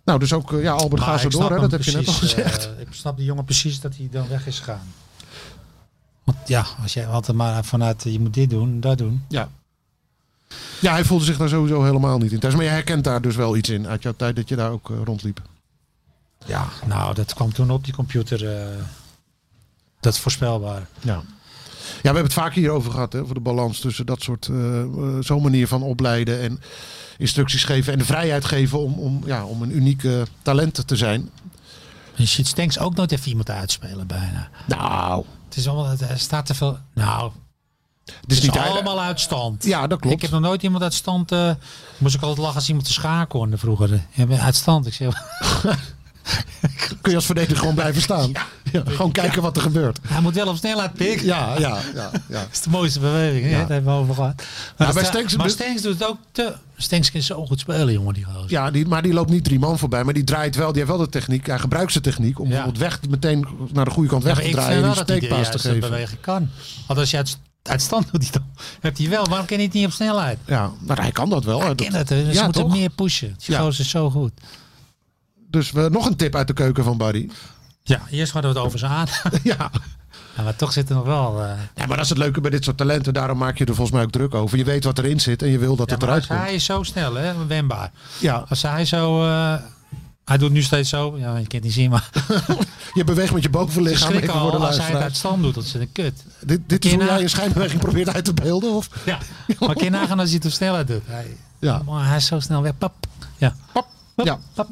Nou, dus ook, uh, ja, Albert, Maar ga zo ik door, snap hè? hem Dat heb je net al precies, gezegd. uh, ik snap die jongen precies dat hij dan weg is gegaan. Want ja, als jij altijd maar vanuit je moet dit doen, dat doen. Ja. Ja, hij voelde zich daar sowieso helemaal niet in thuis. Maar je herkent daar dus wel iets in uit jouw tijd dat je daar ook uh, rondliep. Ja, nou, dat kwam toen op die computer. Uh, dat voorspelbaar. Ja. Ja, we hebben het vaak hierover gehad, hè, over de balans tussen dat soort, uh, uh, zo'n manier van opleiden en instructies geven en de vrijheid geven om, om, ja, om een unieke talent te zijn. Je ziet Stenks ook nooit even iemand uitspelen bijna. Nou, het is allemaal, er staat te veel. Nou, het is, het is niet allemaal uit stand. Ja, dat klopt. Ik heb nog nooit iemand uit stand. Uh, moest ik altijd lachen als iemand te schaken hoorde vroeger. Ja, uit stand. Ik zeg. Kun je als verdediger gewoon blijven staan. Ja, ja, gewoon kijken ja. wat er gebeurt. Hij moet wel op snelheid pikken. Ja, ja, ja, ja. Dat is de mooiste beweging. Ja. Dat hebben we over gehad. Maar, ja, bij Stenks, maar Stenks doet het ook te... Stenks kan zo goed spelen, jongen. Die gozer. Ja, die, maar die loopt niet drie man voorbij. Maar die draait wel. Die heeft wel de techniek. Hij gebruikt zijn techniek om ja. weg meteen naar de goede kant weg ja, te draaien. En die steekpaas te geven. bewegen kan. Want als je uit, uit stand doet, dan hebt hij wel. Waarom kan hij het niet op snelheid? Ja, maar hij kan dat wel. Hij kan het. Dus ja, moet het meer pushen. Die gozer is zo goed. Dus we, nog een tip uit de keuken van Barry. Ja, eerst hadden we het over zijn aan. Ja. Ja, maar toch zit er nog wel... Uh... Ja, maar dat is het leuke bij dit soort talenten. Daarom maak je er volgens mij ook druk over. Je weet wat erin zit en je wil dat ja, het eruit hij komt. Hij is zo snel, hè? Wendbaar. Ja. Als hij zo... Uh... Hij doet nu steeds zo. Ja, je kan het niet zien, maar... je beweegt met je bovenlichaam. Schrik al voor de als hij het uit stand doet. Dat is een kut. Dit, dit is hoe jij je schijnbeweging probeert uit te beelden? Of? Ja. Maar kun je nagaan als hij het op snelheid doet. Hij, ja. Maar hij is zo snel weg. Pap. Ja. Pap. Pap. Ja. Pap.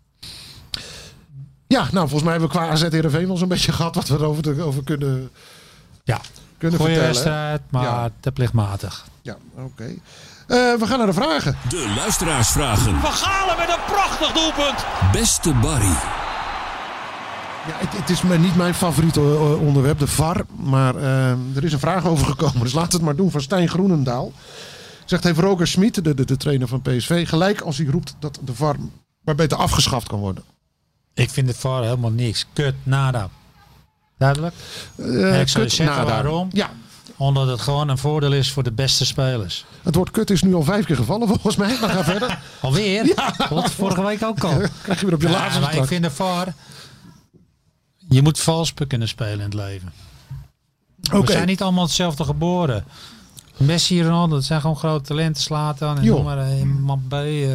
Ja, nou volgens mij hebben we qua A Z Heerenveen wel zo'n beetje gehad wat we erover te, over kunnen, ja. kunnen Goeie vertellen. wedstrijd, maar ja. te plichtmatig. Ja, oké. Okay. Uh, we gaan naar de vragen. De luisteraarsvragen. Van Galen met een prachtig doelpunt. Beste Barry. Ja, het, het is niet mijn favoriete uh, onderwerp, de V A R. Maar uh, er is een vraag over gekomen, dus laten we het maar doen. Van Stijn Groenendaal. Zegt heeft Roger Smit, de, de, de trainer van P S V, gelijk als hij roept dat de V A R maar beter afgeschaft kan worden. Ik vind het V A R helemaal niks. Kut, nada. Duidelijk? Uh, ik zal je zeggen nada. waarom. Ja. Omdat het gewoon een voordeel is voor de beste spelers. Het woord kut is nu al vijf keer gevallen volgens mij. Dan gaan we verder. Alweer? Ja. Wat vorige week ook al. Krijg je weer op je ja, laatste maar straks. ik vind de V A R... Je moet vals kunnen spelen in het leven. Okay. We zijn niet allemaal hetzelfde geboren. Messi en Ronaldo, dat zijn gewoon grote talenten. Zlatan en noem maar Mbappé. Uh,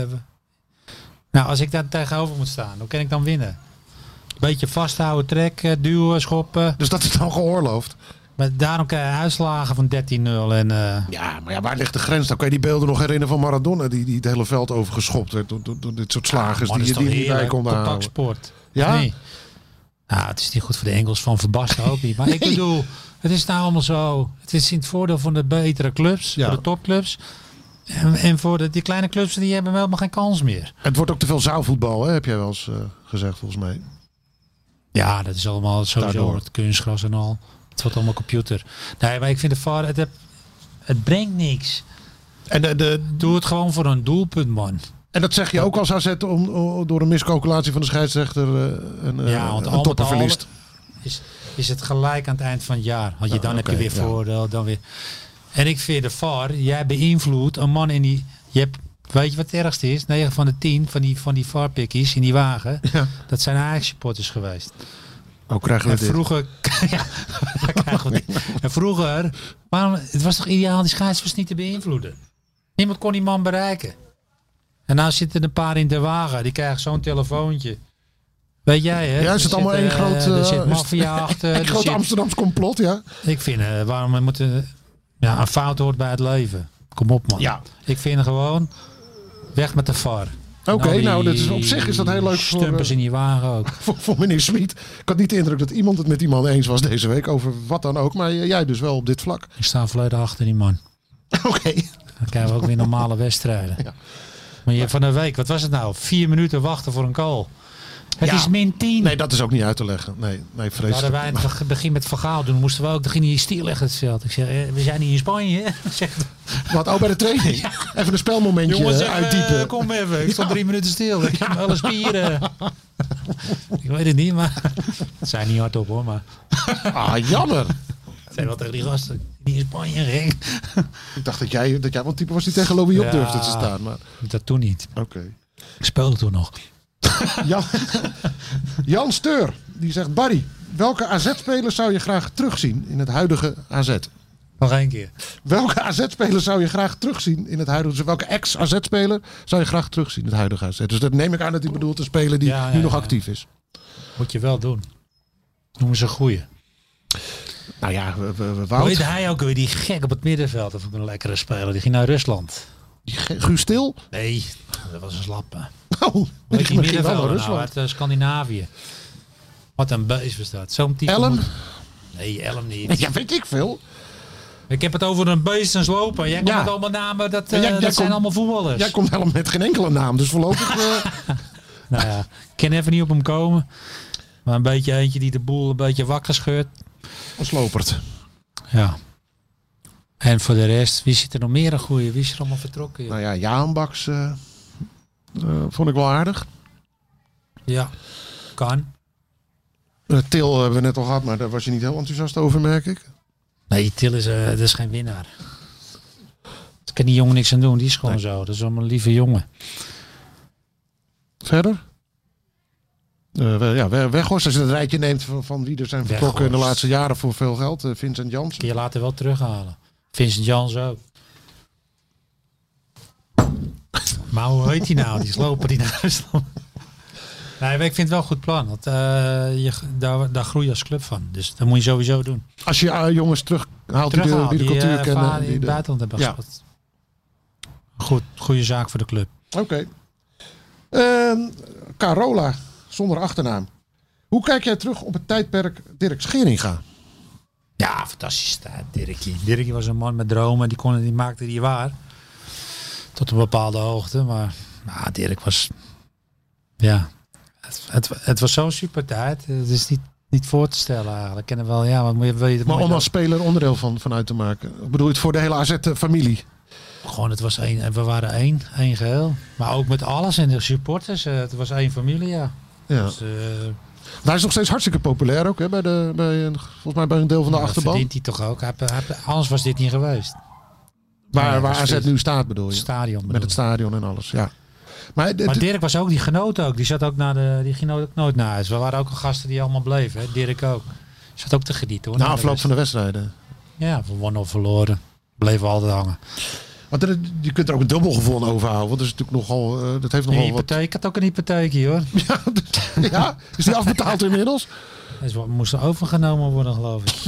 nou, als ik daar tegenover moet staan, hoe kan ik dan winnen? Beetje vasthouden, trekken, duwen, schoppen. Dus dat is dan geoorloofd? Maar daarom krijg je uitslagen van dertien nul. En, uh... Ja, maar ja, waar ligt de grens? Dan kan je die beelden nog herinneren van Maradona. Die, die het hele veld overgeschopt werd door, door, door dit soort slagers. Ja, die je niet bij kon houden. Contactsport. Ja? Nee. Nou, het is niet goed voor de Engels van Verbasten ook niet. Maar nee. Ik bedoel, het is nou allemaal zo. Het is in het voordeel van de betere clubs. Ja. Voor de topclubs. En, en voor de, die kleine clubs, die hebben helemaal geen kans meer. Het wordt ook te veel zaalvoetbal, hè, heb jij wel eens uh, gezegd volgens mij. Ja, dat is allemaal sowieso het kunstgras en al. Het wordt allemaal computer. Nee, maar ik vind de V A R, het, heb, het brengt niks. En de, de, Doe het gewoon voor een doelpunt, man. En dat zeg je ook als A Z om, om, door een miscalculatie van de scheidsrechter uh, een, ja, want een topper verliest. Is, is het gelijk aan het eind van het jaar. Want je, ja, dan okay, heb je weer ja. voordeel. Dan weer. En ik vind de V A R, jij beïnvloedt een man in die... Je hebt, weet je wat het ergste is? negen van de tien van die, van die V A R-pikkies in die wagen, ja. dat zijn Ajax-supporters geweest. Oh, krijgen we en vroeger, ja, krijgen we dit. En vroeger, waarom, het was toch ideaal die scheidsrechters niet te beïnvloeden? Niemand kon die man bereiken. En nou zitten een paar in de wagen, die krijgen zo'n telefoontje. Weet jij, hè? Ja, is het allemaal één groot... Uh, er zit maffia achter. Een groot zit, Amsterdams complot, ja. Ik vind, uh, waarom we moeten... Ja, een fout hoort bij het leven. Kom op, man. Ja. Ik vind gewoon, weg met de V A R. Oké, okay, nou, dat is, op zich is dat heel leuk voor... Stumpers in die wagen ook. Voor, voor meneer Smit. Ik had niet de indruk dat iemand het met die man eens was deze week, over wat dan ook. Maar jij dus wel op dit vlak. Ik sta volledig achter die man. Oké. Okay. Dan krijgen we ook weer normale wedstrijden. Ja. Maar je van een week, wat was het nou? Vier minuten wachten voor een goal. Het ja. is min tien. Nee, dat is ook niet uit te leggen. Nee, nee vreselijk. Hadden wij in het begin met Van Gaal doen, moesten we ook, dan ging hij stilleggen het veld. Ik zeg, we zijn hier in Spanje. Wat, ook bij de training? Ja. Even een spelmomentje Jongens, uitdiepen. Uh, kom even, ik stond ja. drie minuten stil. Ik heb alle spieren. Ik weet het niet, maar het zijn niet hardop hoor. Maar. Ah, jammer. Het zijn wel tegen die gasten. Die in Spanje ging. Ik dacht dat jij, dat jij wel type was die tegen Louis op ja, durfde te staan. Maar... Dat toen niet. Oké. Okay. Ik speelde toen nog. Jan, Jan Steur, die zegt... Barry, welke A Z-speler zou je graag terugzien in het huidige A Z? Nog één keer. Welke A Z-speler zou je graag terugzien in het huidige... Dus welke ex-A Z-speler zou je graag terugzien in het huidige A Z? Dus dat neem ik aan dat hij bedoelt een speler die Ja, ja, nu nog ja. actief is. Moet je wel doen. Noem eens een goeie. Nou ja, we, we, we Hoe Wout. heet hij ook weer? Die gek op het middenveld. Dat vond ik een lekkere speler. Die ging naar Rusland. Die Ge- Guus Stil. Nee, dat was een slappe. Oh, die Weet ging die misschien wel naar middenvelder nou, Rusland. uit uh, Scandinavië. Wat een beest was dat. Zo'n type Ellen? moet- Nee, Ellen niet. Ja, weet ik veel. Ik heb het over een beest en slopen. Jij komt Ja. met allemaal namen. Dat, Ja, uh, jij- dat jij zijn komt- allemaal voetballers. Jij komt helemaal met geen enkele naam. Dus voorlopig uh, Nou ja, ik kan even niet op hem komen. Maar een beetje eentje die de boel een beetje wakker scheurt. slopert. Ja. En voor de rest, wie zit er nog meer een goeie? Wie is er allemaal vertrokken? joh? Nou ja, Jaan Baks uh, uh, vond ik wel aardig. Ja, kan. Uh, Til hebben we net al gehad, maar daar was je niet heel enthousiast over, merk ik. Nee, Til is, uh, dat is geen winnaar. Daar kan die jongen niks aan doen. Die is gewoon Nee. zo. Dat is allemaal een lieve jongen. Verder? Uh, we- ja, We- Weghorst, als je het rijtje neemt van, van wie er zijn vertrokken in de Weghorst. laatste jaren voor veel geld. Uh, Vincent Janssen. Kun je later wel terughalen. Vincent Jans ook. Maar hoe heet hij nou? Die slopen die naar Rusland. Nee, ik vind het wel een goed plan. Want, uh, je, daar, daar groei je als club van. Dus dat moet je sowieso doen. Als je uh, jongens terughaalt die de, Terughaal, die de cultuur uh, kennen. vader die in het de- buitenland hebben Ja. gespeeld. Goed, goede zaak voor de club. Oké. Ehm, Carola, zonder achternaam. Hoe kijk jij terug op het tijdperk Dirk Scheringa? Ja, fantastisch tijd, Dirkie. Dirkie was een man met dromen. Die, kon, die maakte die waar. Tot een bepaalde hoogte. Maar nou, Dirk was... Ja. Het, het, het was zo'n super tijd. Het is niet, niet voor te stellen eigenlijk. Ik ken het wel, ja, wat moet je, wil je Maar moet om je- als speler onderdeel van, van uit te maken. Ik bedoel je het voor de hele A Z-familie? Gewoon, het was één. We waren één. één geheel. Maar ook met alles. En de supporters. eh, Het was één familie, ja. Ja. Dus, eh, Hij is nog steeds hartstikke populair ook, hè, bij de, bij een, volgens mij bij een deel van de dat achterban. verdient hij toch ook. Hij, heeft- hij, heeft- anders was dit niet geweest. Waar, Ja, waar dat A Z is- nu staat, bedoel Het je? stadion bedoel Met het ik. stadion en alles, ja. Maar, het- Maar het- Dirk was ook, die genoot ook. Die zat ook naar de, die ging ook nooit naar huis. We waren ook al gasten die allemaal bleven. Hè? Dirk ook. Zat ook te genieten hoor. na naar de afloop van wedstrijd. de wedstrijden. Ja, we wonnen of verloren. Bleven altijd hangen. Want er, je kunt er ook een dubbel gevoel aan overhouden. Want dat is natuurlijk nogal, uh, dat heeft Een nogal wat... hypotheek. Ik had ook een hypotheek hier hoor. Ja, dus- ja, is die afbetaald inmiddels? Dus we moesten overgenomen worden geloof ik.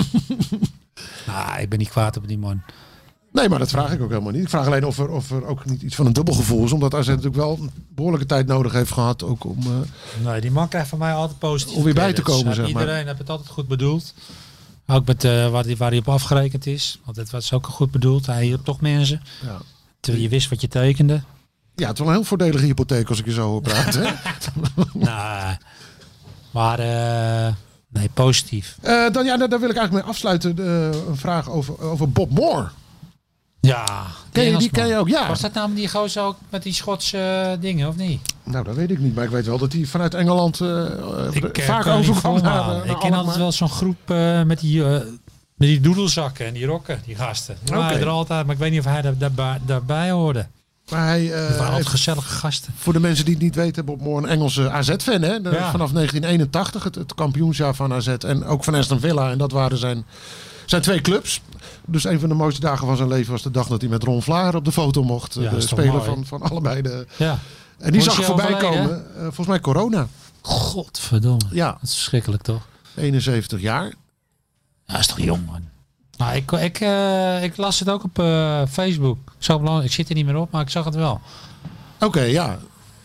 Nou, ik ben niet kwaad op die man. Nee, maar dat vraag ik ook helemaal niet. Ik vraag alleen of er, of er ook niet iets van een dubbel gevoel is. Omdat A Z natuurlijk wel een behoorlijke tijd nodig heeft gehad. Ook om, uh, Nee, die man krijgt van mij altijd positief. Om weer bij te komen, zeg maar. Iedereen heeft het altijd goed bedoeld. Ook met uh, waar, hij, waar hij op afgerekend is. Want het was ook goed bedoeld. Hij hielp toch mensen. ja. Terwijl je wist wat je tekende. ja, het is wel een heel voordelige hypotheek als ik je zo hoor praten. hè? Nou, maar uh, nee, positief. Uh, dan, ja, daar, daar wil ik eigenlijk mee afsluiten. Uh, een vraag over, over Bob Moore. Ja, Ken je, die Engelsman. ken je ook? Ja. Was dat nou die gozer ook met die Schotse uh, dingen, of niet? Nou, dat weet ik niet. Maar ik weet wel dat hij vanuit Engeland uh, Ik, vaak kan niet overkwam naar, voorhalen. naar Ik ken Alkmaar. altijd wel zo'n groep uh, met die... Uh, met die doedelzakken en die rokken, die gasten. Die waren Oké. er altijd, maar ik weet niet of hij daar, daarbij, daarbij hoorde. Maar hij, uh, Het waren altijd heeft- gezellige gasten. voor de mensen die het niet weten, Bob Moore een Engelse A Z-fan. Hè? De- Ja. Vanaf negentien eenentachtig, het, het kampioensjaar van A Z. En ook van Aston Villa. En dat waren zijn, zijn twee clubs. Dus een van de mooiste dagen van zijn leven was de dag dat hij met Ron Vlaar op de foto mocht. Ja, de dat is toch speler mooi. van, van allebei de... Ja. En die Hoe is zag ik hij voorbij overleden, komen. Uh, volgens mij corona. Godverdomme. Ja, Dat is verschrikkelijk toch? eenenzeventig jaar. Ja, dat is toch jong man. Nou, ik, ik, uh, ik las het ook op uh, Facebook. Zo belangrijk. Ik zit er niet meer op, maar ik zag het wel. Oké, ja.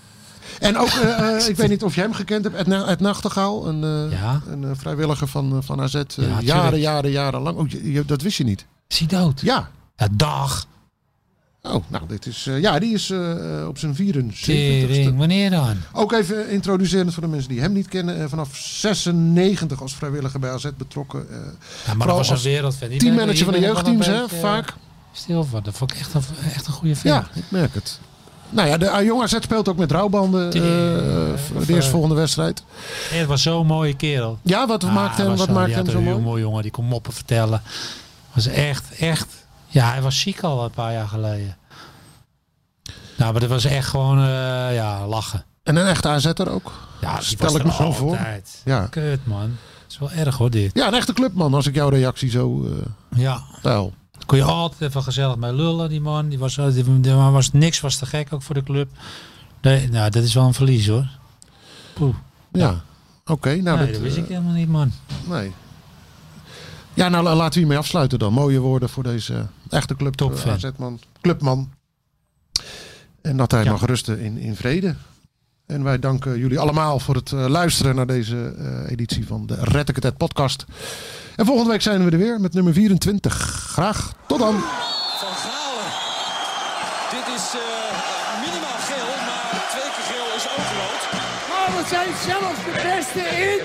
En ook, uh, uh, ik weet niet of je hem gekend hebt, Ed, Na- Ed Nachtegaal, een, uh, Ja. een uh, vrijwilliger van, uh, van A Z. Uh, Ja, tuurlijk. jaren, jaren, jaren lang. Oh, je, je- dat wist je niet? Is hij dood? Ja. Ja, dag. Oh, nou, dit is, uh, ja, die is uh, op zijn Tering. vierenzeventigste. Wanneer dan? Ook even introducerend voor de mensen die hem niet kennen. Uh, vanaf zesennegentig als vrijwilliger bij A Z betrokken. Uh, Ja, maar Vooral dat was een als wereldfan. Die teammanager ben- van de die ben ik wel jeugdteams, een hè, beetje, vaak. uh, Stil van. Dat vond ik echt een, echt een goede fan. Ja, ik merk het. Nou ja, de uh, jong A Z speelt ook met rouwbanden uh, Tering. voor de eerstvolgende wedstrijd. Ja, het was zo'n mooie kerel. Ja, wat Ah, maakt hij hem, was wat zo- maakt die hem had zo een mooi? humor, jongen. Die kon moppen vertellen. Was echt, echt... Ja, hij was ziek al een paar jaar geleden. Nou, maar dat was echt gewoon, uh, ja, lachen. En een echte A Z'er ook. Ja, die Stel was ik me er zo voor. altijd. Ja. Kut, man. Dat is wel erg, hoor, dit. Ja, een echte clubman, als ik jouw reactie zo uh, Ja. tel. Kon je altijd even gezellig mee lullen, die man. Die was, die, die was niks, was te gek ook voor de club. Nee, nou, dat is wel een verlies, hoor. Poeh. Ja, oké. Okay, nou, nee, dat, dat wist uh, ik helemaal niet, man. Nee. Ja, nou laten we hiermee afsluiten dan. Mooie woorden voor deze echte club. Topfan. A Z-man. Clubman. En dat hij Ja. mag rusten in, in vrede. En wij danken jullie allemaal voor het uh, luisteren naar deze uh, editie van de Red Ik Het Het podcast. En volgende week zijn we er weer met nummer vierentwintig. Graag tot dan. Van Galen. Dit is uh, minimaal geel, maar twee keer geel is ook rood. Maar we zijn zelfs de beste in.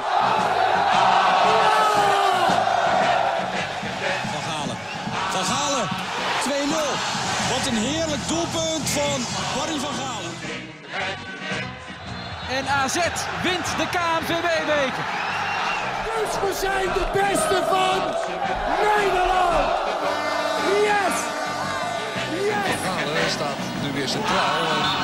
Van Galen. Van Galen. twee nul. Wat een heerlijk doelpunt van Barry van Galen. En A Z wint de K N V B-beker. Dus we zijn de beste van Nederland. Yes. Yes. Galen staat nu weer centraal.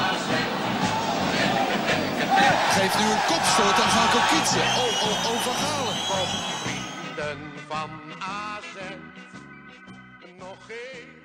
En geeft nu een kopstoot aan Gaan Kokitsen. Oh, oh, oh, Van Galen. Vrienden van A Z, nog geen